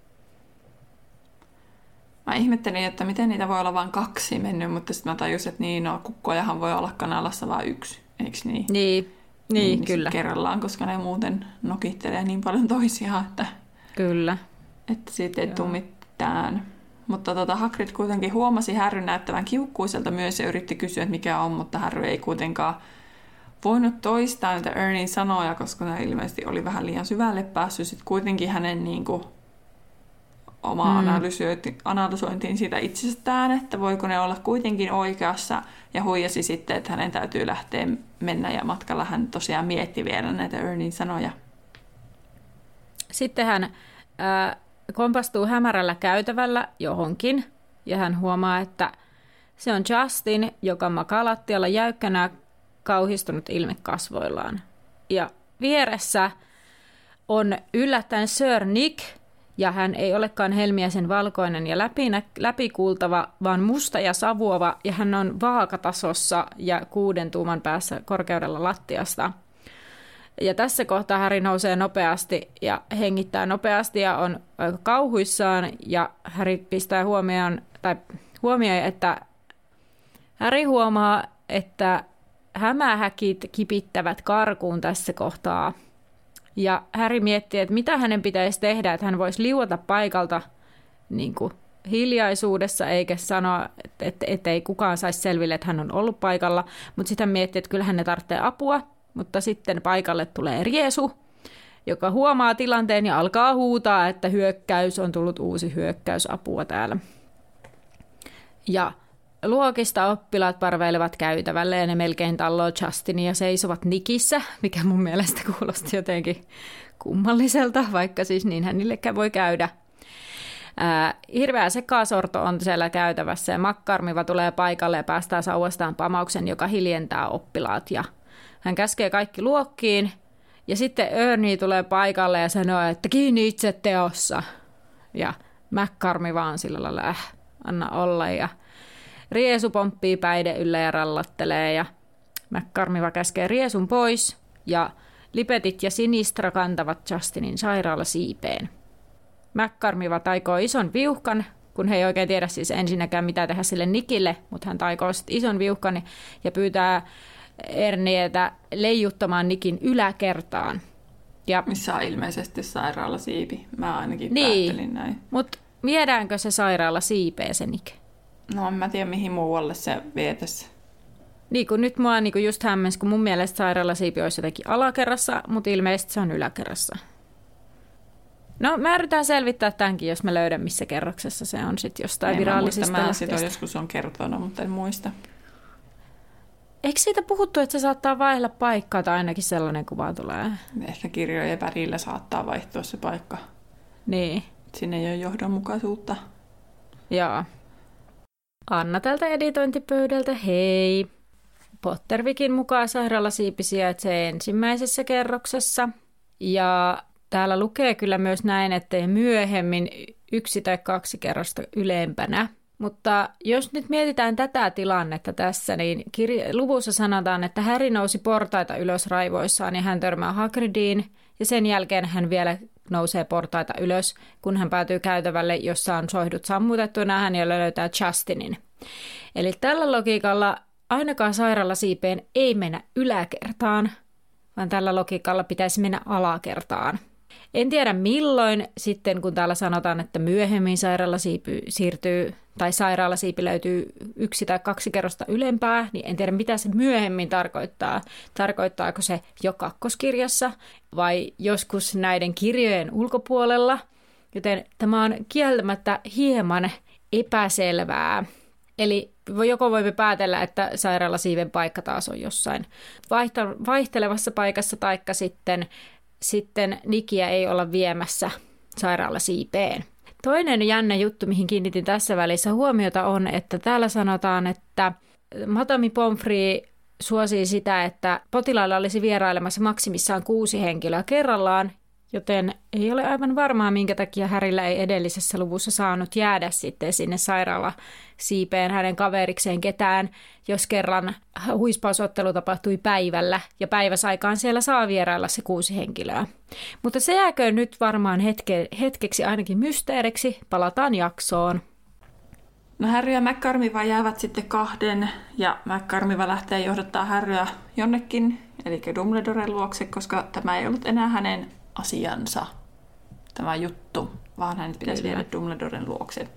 Mä ihmettelin, että miten niitä voi olla vain 2 mennyt, mutta sitten mä tajusin, että kukkojahan voi olla kanalassa vain 1, eikö niin? Niin, kyllä. Kerrallaan, koska ne muuten nokittelee niin paljon toisiaan, että siitä ei tule mitään. Mutta Hagrid kuitenkin huomasi Harryn näyttävän kiukkuiselta myös ja yritti kysyä, että mikä on, mutta Harry ei kuitenkaan voinut toistaa näitä Ernien sanoja, koska ne ilmeisesti oli vähän liian syvälle päässyt. Sitten kuitenkin hänen oma analysointiin siitä itsestään, että voiko ne olla kuitenkin oikeassa, ja huijasi sitten, että hänen täytyy lähteä mennä, ja matkalla hän tosiaan mietti vielä näitä Ernien sanoja. Sitten hän kompastuu hämärällä käytävällä johonkin, ja hän huomaa, että se on Justin, joka makaa lattialla jäykkänä kauhistunut ilme kasvoillaan. Ja vieressä on yllättäen Sir Nick, Ja hän ei olekaan helmiäisen valkoinen ja läpikuultava, vaan musta ja savuava, ja hän on vaakatasossa ja 6 tuuman päässä korkeudella lattiasta. Ja tässä kohtaa Harry nousee nopeasti ja hengittää nopeasti ja on aika kauhuissaan, ja Harry pistää huomioon, että Harry huomaa, että hämähäkit kipittävät karkuun tässä kohtaa. Ja Harry miettii, että mitä hänen pitäisi tehdä, että hän voisi liuota paikalta niin kuin hiljaisuudessa, eikä sanoa, että ei kukaan saisi selville, että hän on ollut paikalla. Mutta sitten hän miettii, että kyllähän ne tarvitsee apua, mutta sitten paikalle tulee Riesu, joka huomaa tilanteen ja alkaa huutaa, että on tullut uusi hyökkäysapua täällä. Ja luokista oppilaat parveilevat käytävälle ja ne melkein talloo Justinia ja seisovat nikissä, mikä mun mielestä kuulosti jotenkin kummalliselta, vaikka siis niin hänillekään voi käydä. Hirveä sekasorto on siellä käytävässä ja Makkarmiva tulee paikalle ja päästää sauvastaan pamauksen, joka hiljentää oppilaat. Ja hän käskee kaikki luokkiin ja sitten Ernie tulee paikalle ja sanoo, että kiinni itse teossa. Ja Makkarmiva on sillä lailla, anna olla, ja Riesu pomppii päiden yllä ja rallattelee ja Makkarmiva käskee Riesun pois ja Lipetit ja Sinistra kantavat Justinin sairaalasiipeen. Makkarmiva taikoo ison viuhkan, kun he ei oikein tiedä siis ensinnäkään mitä tehdä sille Nickille, mutta hän taikoo sitten ison viuhkan ja pyytää Ernietä leijuttamaan Nickin yläkertaan. Ja missä on ilmeisesti sairaalasiipi. Mä ainakin päättelin näin. Mutta viedäänkö se sairaalasiipeen se Nick? No en mä tiedä mihin muualle se vietäisi. Niin kun nyt mua niin kun just hämmensi, kun mun mielestä sairaalasiipi olisi jotenkin alakerrassa, mutta ilmeisesti se on yläkerrassa. No mä yritän selvittää tämänkin, jos mä löydän missä kerroksessa se on sitten jostain virallisesta lähteestä. Mä joskus on kertonut, mutta en muista. Eikö siitä puhuttu, että se saattaa vaihdella paikkaa tai ainakin sellainen kuva tulee? Ehkä kirjojen värillä saattaa vaihtua se paikka. Niin. Siinä ei ole johdonmukaisuutta. Joo. Anna tältä editointipöydältä, hei. Pottervikin mukaan sairaalasiipi sijaitsee ensimmäisessä kerroksessa. Ja täällä lukee kyllä myös näin, että myöhemmin 1 tai 2 kerrosta ylempänä. Mutta jos nyt mietitään tätä tilannetta tässä, niin luvussa sanotaan, että Harry nousi portaita ylös raivoissaan ja hän törmää Hagridiin. Ja sen jälkeen hän vielä nousee portaita ylös, kun hän päätyy käytävälle, jossa on soihdut sammutettuna, hän jolla löytää Justinin. Eli tällä logiikalla ainakaan sairaalasiipeen ei mennä yläkertaan, vaan tällä logiikalla pitäisi mennä alakertaan. En tiedä milloin sitten, kun täällä sanotaan, että myöhemmin sairaalasiipi löytyy 1 tai 2 kerrosta ylempää, niin en tiedä mitä se myöhemmin tarkoittaa. Tarkoittaako se jo kakkoskirjassa vai joskus näiden kirjojen ulkopuolella, joten tämä on kieltämättä hieman epäselvää. Eli joko voimme päätellä, että sairaalasiiven paikka taas on jossain vaihtelevassa paikassa, taikka sitten Nickiä ei olla viemässä sairaalasiipeen. Toinen jännä juttu, mihin kiinnitin tässä välissä huomiota on, että täällä sanotaan, että Madame Pomfrey suosii sitä, että potilailla olisi vierailemassa maksimissaan 6 henkilöä kerrallaan, joten ei ole aivan varmaa, minkä takia Harryllä ei edellisessä luvussa saanut jäädä sitten sinne sairaalasiipeen hänen kaverikseen ketään, jos kerran huispausottelu tapahtui päivällä ja päiväsaikaan siellä saa vierailla se 6 henkilöä. Mutta se jääkö nyt varmaan hetkeksi ainakin mysteeriksi, palataan jaksoon. No Harry ja Makkarmiva jäävät sitten 2 ja Makkarmiva lähtee johdattaa Harryä jonnekin, eli Dumbledoren luokse, koska tämä ei ollut enää hänen asiansa, tämä juttu, vaan hänet pitäisi viedä Dumbledoren luokse.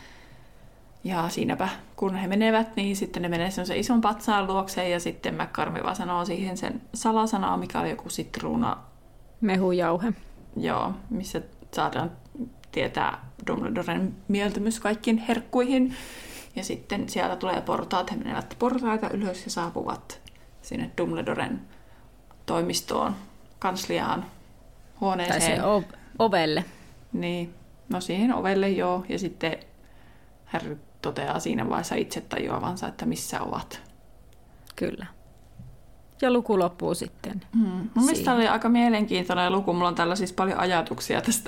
Ja siinäpä, kun he menevät, niin sitten ne menee sen ison patsaan luokseen ja sitten Makkarmiva sanoo siihen sen salasanaa, mikä oli joku sitruuna. Mehujauhe. Joo, missä saadaan tietää Dumbledoren mieltymys kaikkiin herkkuihin. Ja sitten sieltä tulee portaat, he menevät portaita ylös ja saapuvat sinne Dumbledoren toimistoon, kansliaan, huoneeseen. Tai se ovelle. Niin, no siihen ovelle joo. Ja sitten Harry toteaa siinä vaiheessa itse tajuavansa, että missä ovat. Kyllä. Ja luku loppuu sitten. Mun mielestä oli aika mielenkiintoinen luku. Mulla on täällä siis paljon ajatuksia tästä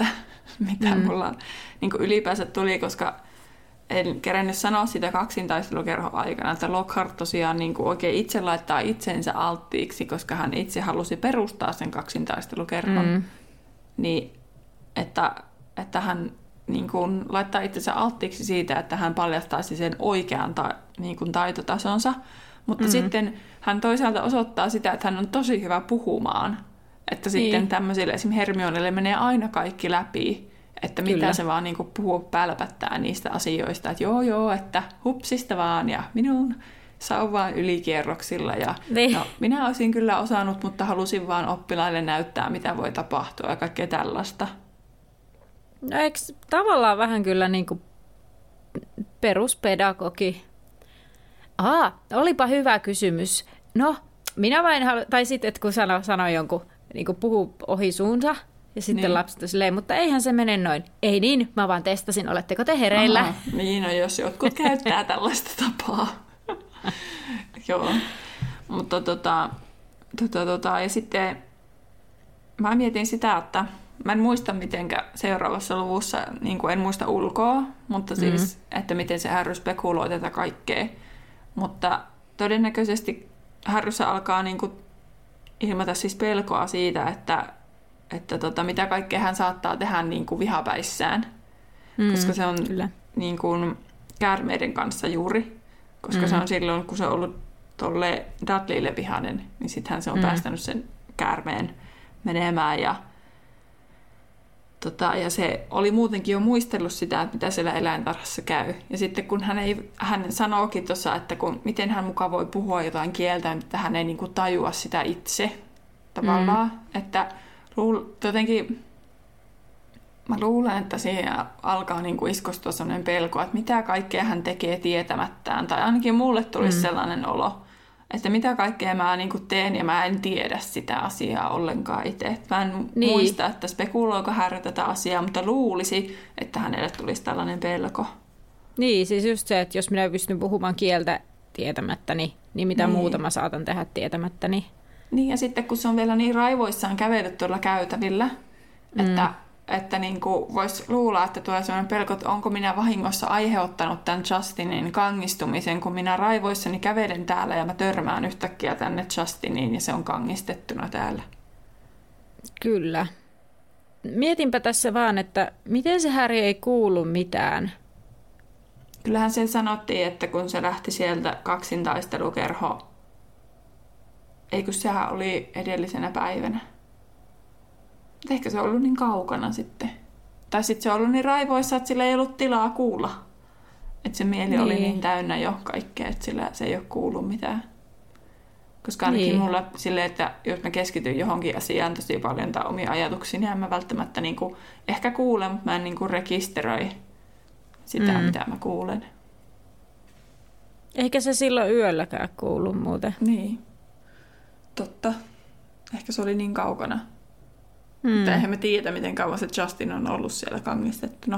mitä mulla niin kuin ylipäänsä tuli, koska en kerännyt sanoa sitä kaksintaistelukerhon aikana, että Lockhart tosiaan niin kuin oikein itse laittaa itsensä alttiiksi, koska hän itse halusi perustaa sen kaksintaistelukerhon. Niin, että hän niin kuin laittaa itsensä alttiiksi siitä, että hän paljastaisi sen oikean niin kuin taitotasonsa. Mutta sitten hän toisaalta osoittaa sitä, että hän on tosi hyvä puhumaan. Että sitten tämmöisille esimerkiksi Hermionelle menee aina kaikki läpi. Että mitä se vaan niin kuin puhuu pälpättää niistä asioista. Että joo, että hupsista vaan ja minun sauvaan ylikierroksilla. Ja no, minä olisin kyllä osannut, mutta halusin vaan oppilaille näyttää, mitä voi tapahtua ja kaikkea tällaista. No eikö tavallaan vähän kyllä niin kuin peruspedagogi? Olipa hyvä kysymys. No, minä vain tai sitten, että kun sanoi jonkun, niin kuin puhuu ohi suunsa, ja sitten lapset on silleen, mutta eihän se mene noin. Ei niin, mä vaan testasin, oletteko te hereillä? Aha, niin, no jos jotkut käyttää tällaista tapaa. Joo, mutta ja sitten mä mietin sitä, että mä en muista mitenkä seuraavassa luvussa, niin kuin en muista ulkoa, mutta siis, että miten se Harry spekuloi tätä kaikkea. Mutta todennäköisesti Harryssä alkaa niin kuin ilmata siis pelkoa siitä, että mitä kaikkea hän saattaa tehdä niin kuin vihapäissään. Koska se on niin kuin käärmeiden kanssa juuri. Koska se on silloin, kun se on ollut tolle Dudleylle vihainen, niin sittenhän se on päästänyt sen käärmeen menemään. Ja se oli muutenkin jo muistellut sitä, että mitä siellä eläintarhassa käy. Ja sitten kun hän sanookin tuossa, että miten hän mukaan voi puhua jotain kieltä, että hän ei niin kuin tajua sitä itse tavallaan. Että jotenkin mä luulen, että siihen alkaa niin kuin iskostua sellainen pelko, että mitä kaikkea hän tekee tietämättään. Tai ainakin mulle tulisi sellainen olo, että mitä kaikkea mä niin kuin teen ja mä en tiedä sitä asiaa ollenkaan itse. Mä en muista, että spekuloiko Harry tätä asiaa, mutta luulisi, että hänelle tulisi tällainen pelko. Niin, siis just se, että jos minä pystyn puhumaan kieltä tietämättäni, niin mitä muuta mä saatan tehdä tietämättäni. Niin, ja sitten kun se on vielä niin raivoissaan kävellyt tuolla käytävillä, että niin kuin voisi luulla, että tulee sellainen pelko, että onko minä vahingossa aiheuttanut tämän Justinin kangistumisen, kun minä raivoissani kävelen täällä ja mä törmään yhtäkkiä tänne Justiniin ja se on kangistettuna täällä. Kyllä. Mietinpä tässä vaan, että miten se Harry ei kuulu mitään. Kyllähän se sanottiin, että kun se lähti sieltä kaksintaistelukerho, eikö sehän oli edellisenä päivänä? Ehkä se on ollut niin kaukana sitten. Tai sitten se on ollut niin raivoissa, että sillä ei ollut tilaa kuulla. Että se mieli oli niin täynnä jo kaikkea, että sillä se ei ole kuullut mitään. Koska ainakin mulla silleen, että jos mä keskityn johonkin asiaan tosi paljon tai omiin ajatuksiin, niin en mä välttämättä niinku, ehkä kuulen, mutta mä en niinku rekisteröi sitä, mitä mä kuulen. Eikä se silloin yölläkään kuulu muuten. Niin. Totta. Ehkä se oli niin kaukana. Mutta eihän me tiedä, miten kauan se Justin on ollut siellä kangistettuna.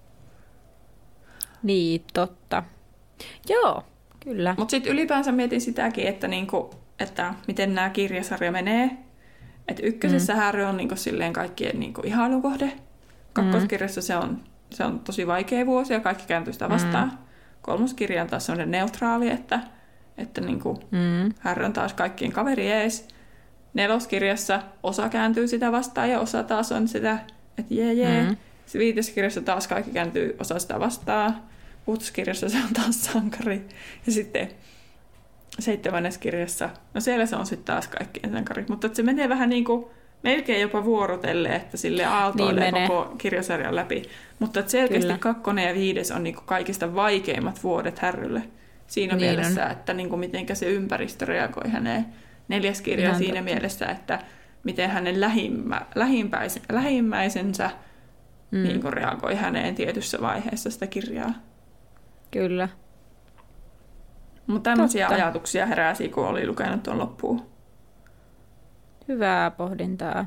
Niin, totta. Joo, kyllä. Mutta sitten ylipäänsä mietin sitäkin, että miten nämä kirjasarja menee. Että ykkösessä Harry on silleen kaikkien ihailukohde. Kakkoskirjassa se on tosi vaikea vuosi ja kaikki kääntyy sitä vastaan. Kolmoskirja on taas sellainen neutraali, että Harry on taas kaikkien kaveri ees. Neloskirjassa osa kääntyy sitä vastaan ja osa taas on sitä, että jee. Se viitoskirjassa taas kaikki kääntyy osa sitä vastaan. Kuutoskirjassa se on taas sankari. Ja sitten 7. kirjassa, no siellä se on sitten taas kaikkien sankari. Mutta se menee vähän niin kuin melkein jopa vuorotellen, että sille aaltoilee niin koko kirjasarjan läpi. Mutta selkeästi 2. ja 5. on niin kuin kaikista vaikeimmat vuodet Harrylle. Siinä niin mielessä, että niin kuin mitenkä se ympäristö reagoi häneen. 4. kirja ihan siinä mielessä, että miten hänen lähimmäisensä niin kuin reagoi häneen tietyssä vaiheessa sitä kirjaa. Kyllä. Mutta tämmöisiä ajatuksia heräsi, kun oli lukenut tuon loppuun. Hyvää pohdintaa.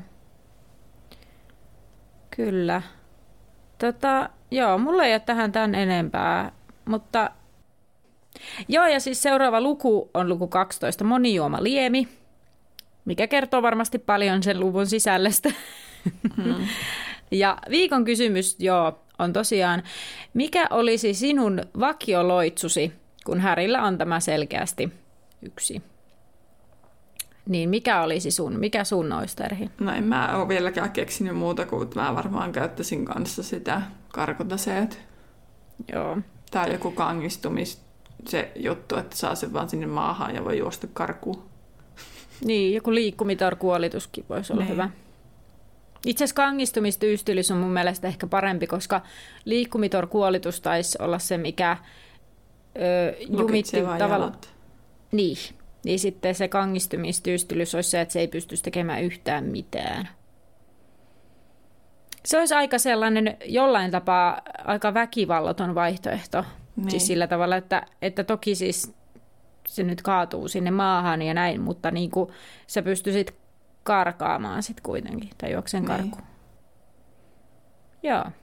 Kyllä. Joo, mulla ei ole tähän tämän enempää, mutta joo, ja siis seuraava luku on luku 12, monijuomaliemi, mikä kertoo varmasti paljon sen luvun sisällöstä. Ja viikon kysymys, on tosiaan, mikä olisi sinun vakioloitsusi, kun Harryllä on tämä selkeästi 1? Niin mikä sun olisi, Terhi? No en mä ole vieläkään keksinyt muuta kuin, että mä varmaan käyttäisin kanssa sitä karkotaseet. Joo. Tai joku kangistumis, se juttu, että saa sen vaan sinne maahan ja voi juosta karkuun. Niin, joku liikkumitorkuolituskin voisi olla hyvä. Itse asiassa kangistumistyystylys on mun mielestä ehkä parempi, koska liikkumitorkuolitus taisi olla se, mikä jumitti tavallaan. Niin sitten se kangistumistyystylys olisi se, että se ei pystyisi tekemään yhtään mitään. Se olisi aika sellainen jollain tapaa aika väkivallaton vaihtoehto. Niin. Siis sillä tavalla, että toki siis se nyt kaatuu sinne maahan ja näin, mutta niin kuin sä pystyisit karkaamaan sitten kuitenkin, tai juoksen karkuun. Joo.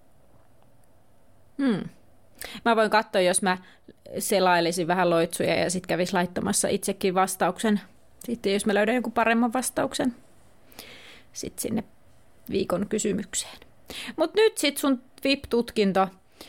Mä voin katsoa, jos mä selailisin vähän loitsuja ja sitten kävis laittamassa itsekin vastauksen. Sitten jos mä löydän jonkun paremman vastauksen sitten sinne viikon kysymykseen. Mutta nyt sitten sun VIP-tutkinto.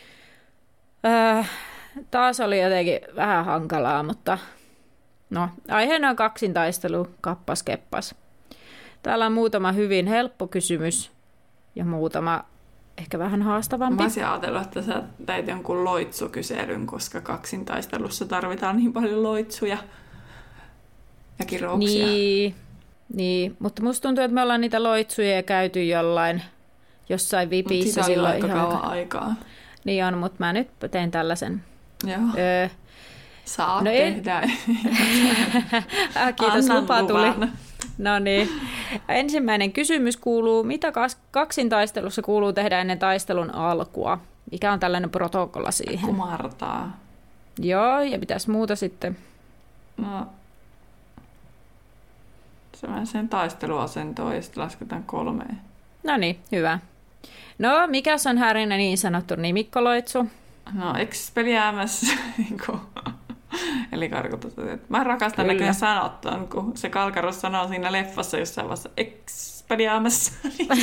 Taas oli jotenkin vähän hankalaa, mutta no, aiheena on kaksintaistelu, kappas keppas. Täällä on muutama hyvin helppo kysymys ja muutama ehkä vähän haastavampi. Mä olisin ajatellut, että sä teit jonkun loitsukyselyn, koska kaksintaistelussa tarvitaan niin paljon loitsuja ja kirouksia. Niin, mutta musta tuntuu, että me ollaan niitä loitsuja käyty jossain VIPissä silloin aika kauan aikaa. Niin on, mutta mä nyt teen tällaisen. Joo. Saa tehdä. Kiitos, lupa tuli. No niin. Ensimmäinen kysymys kuuluu, mitä kaksintaistelussa kuuluu tehdä ennen taistelun alkua? Mikä on tällainen protokolla siihen? Kumartaa. Joo, ja mitäs muuta sitten? No, sen taisteluasentoon ja sitten lasketaan 3. No niin, hyvä. No, mikäs on Harryn niin sanottu nimikkoloitsu? No, Expelliarmus, eli karkotus. Mä rakastan näköjään sanottua, kun se Kalkaros sanoo siinä leffassa jossain vaiheessa Expelliarmus.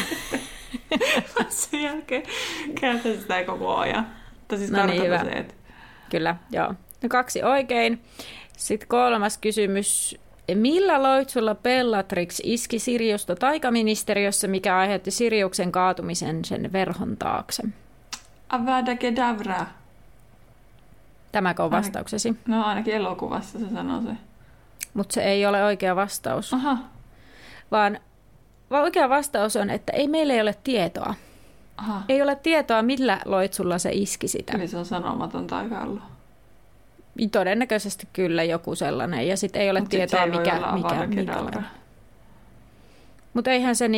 Sen jälkeen käytän sitä koko ajan. Mutta siis karkotuseet. Kyllä, joo. No 2 oikein. Sitten 3. kysymys. Millä loitsulla Bellatrix iski Siriusta taikaministeriössä, mikä aiheutti Siriuksen kaatumisen sen verhon taakse? Avada Kedavra. Tämäkö on vastauksesi? No ainakin elokuvassa se sanoo se. Mutta se ei ole oikea vastaus. Aha. Vaan oikea vastaus on, että meillä ei ole tietoa. Aha. Ei ole tietoa, millä loitsulla se iski sitä. Eli se on sanomaton taika-allu. Todennäköisesti kyllä joku sellainen. Ja sitten ei ole tietoa, mikä. Mutta eihän se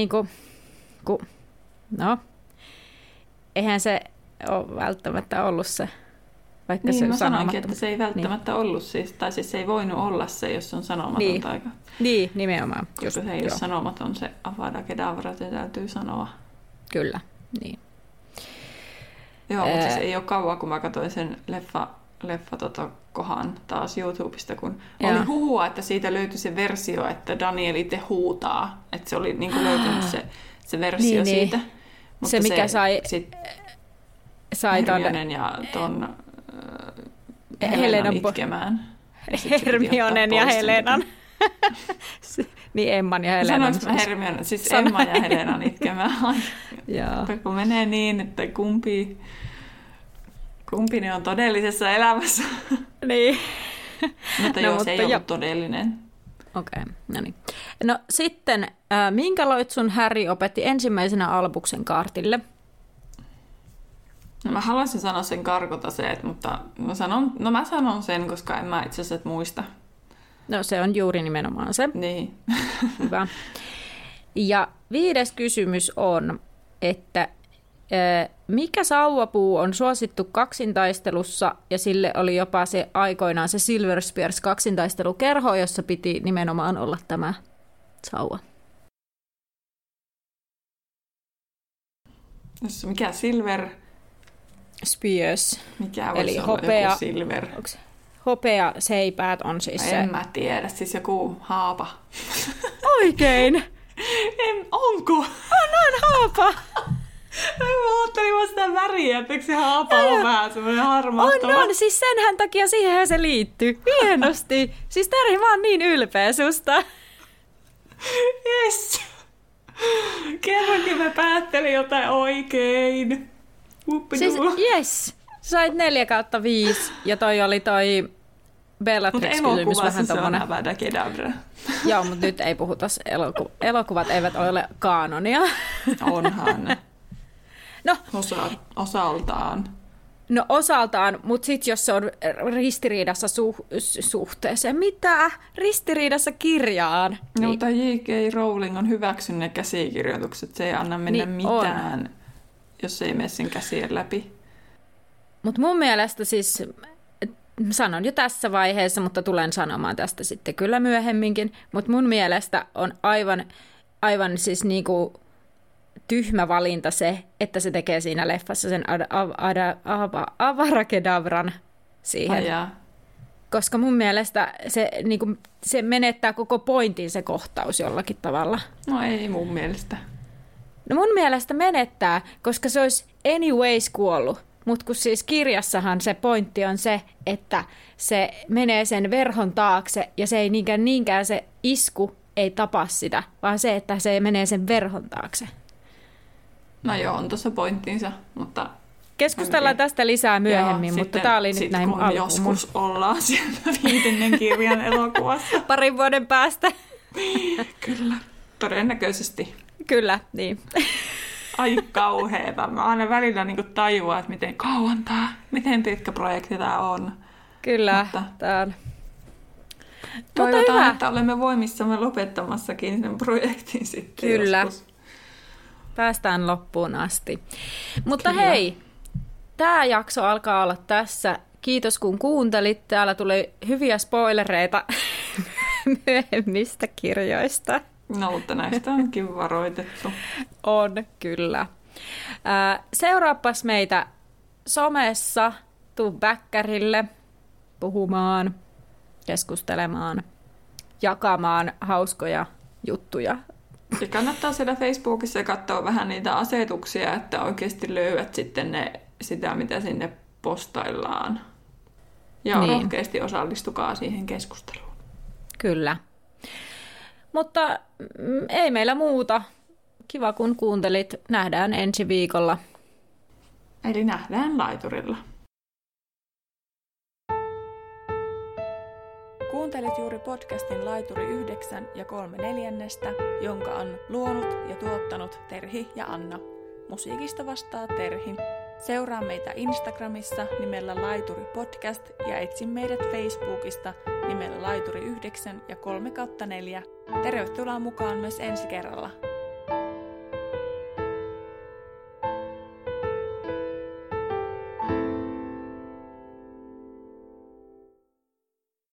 eihän se ole välttämättä ollut se, vaikka niin, se mä sanoinkin, että se ei välttämättä ollut siis, tai siis se ei voinut olla se, jos se on sanomaton taika. Niin, nimenomaan. Koska se ei ole sanomaton se Avada Kedavra, se täytyy sanoa. Kyllä, niin. Joo, mutta siis ei ole kauan, kun mä katsoin sen kohan taas YouTubesta, kun oli huhua, että siitä löytyi se versio, että Daniel itse huutaa. Että se oli niin kuin löytynyt se versio siitä. Niin. Mutta se, mikä sai Hermionen ja ton Helenan itkemään. Hermionen ja Helenan. Niin Emman ja Helenan. Sanoinko mä Hermionen? Siis Emman ja Helenan itkemään. Kun menee niin, että kumpi ne on todellisessa elämässä. Niin. Mutta joo, se ei ollut todellinen. Okei, no niin. No sitten, minkä loitsun Harry opetti ensimmäisenä Albuksen kaartille? No, mä haluaisin sanoa sen karkotaseet, mutta mä sanon sen, koska en mä itse asiassa muista. No se on juuri nimenomaan se. Niin. Hyvä. Ja 5. kysymys on, että mikä sauvapuu on suosittu kaksintaistelussa, ja sille oli jopa se aikoinaan se Silver Spears kaksintaistelukerho, jossa piti nimenomaan olla tämä sauva. Mikä Silver Spears? Mikä voisi eli olla hopea, joku Silver? Hopea seipäät on siis en mä tiedä, siis joku haapa. Oikein! Onko? On haapa! ajattelin vaan sitä väriä, että se haapa on vähän semmoinen harmahtava. On, siis senhän takia siihenhän se liittyy. Hienosti. Siis Terhi, mä oon niin ylpeä susta. Yes. Kerrankin mä päättelin jotain oikein. Siis yes. Sait 4/5 ja toi oli toi Bellatrix-kysymys vähän tommonen. Mutta elokuvassa se on Kedavra. Joo, mutta nyt ei puhuta elokuvat eivät ole kaanonia. Onhan. No. Osaltaan. No osaltaan, mutta sitten jos se on ristiriidassa suhteeseen. Mitä? Ristiriidassa kirjaan. No, mutta J.K. Rowling on hyväksynyt ne käsikirjoitukset. Se ei anna mennä niin mitään, on. Jos ei mene sen käsien läpi. Mutta mun mielestä siis, sanon jo tässä vaiheessa, mutta tulen sanomaan tästä sitten kyllä myöhemminkin, mutta mun mielestä on aivan siis niinku tyhmä valinta se, että se tekee siinä leffassa sen Avarakedavran siihen. Koska mun mielestä se menettää koko pointin se kohtaus jollakin tavalla. No ei mun mielestä. No mun mielestä menettää, koska se olisi anyways kuollut. Mutta kun siis kirjassahan se pointti on se, että se menee sen verhon taakse ja se ei niinkään se isku ei tapa sitä, vaan se, että se menee sen verhon taakse. No joo, on tuossa pointtinsa, mutta... Keskustellaan tästä lisää myöhemmin, mutta tämä oli nyt näin alkuun. Joskus ollaan sieltä 5. kirjan elokuvassa. Parin vuoden päästä. Kyllä, todennäköisesti. Kyllä, niin. Ai kauheeta. Mä aina välillä niin tajuan, että miten pitkä projekti tämä on. Kyllä, tämä on. Toivotaan, että olemme voimissamme lopettamassakin sen projektin sitten. Kyllä. Joskus. Päästään loppuun asti. Mutta kyllä. Hei, tämä jakso alkaa olla tässä. Kiitos kun kuuntelit. Täällä tulee hyviä spoilereita myöhemmistä kirjoista. No, mutta näistä onkin varoitettu. On, kyllä. Seuraapas meitä somessa. Tuu Bäkkärille puhumaan, keskustelemaan, jakamaan hauskoja juttuja. Ja kannattaa siellä Facebookissa katsoa vähän niitä asetuksia, että oikeasti löydät sitten sitä, mitä sinne postaillaan. Ja niin. Rohkeasti osallistukaa siihen keskusteluun. Kyllä. Mutta ei meillä muuta. Kiva kun kuuntelit. Nähdään ensi viikolla. Eli nähdään laiturilla. Kuuntelit juuri podcastin Laituri 9 ja 3/4, jonka on luonut ja tuottanut Terhi ja Anna. Musiikista vastaa Terhi. Seuraa meitä Instagramissa nimellä Laituri Podcast ja etsi meidät Facebookista nimellä Laituri 9 ja 3/4. Tervetuloa mukaan myös ensi kerralla.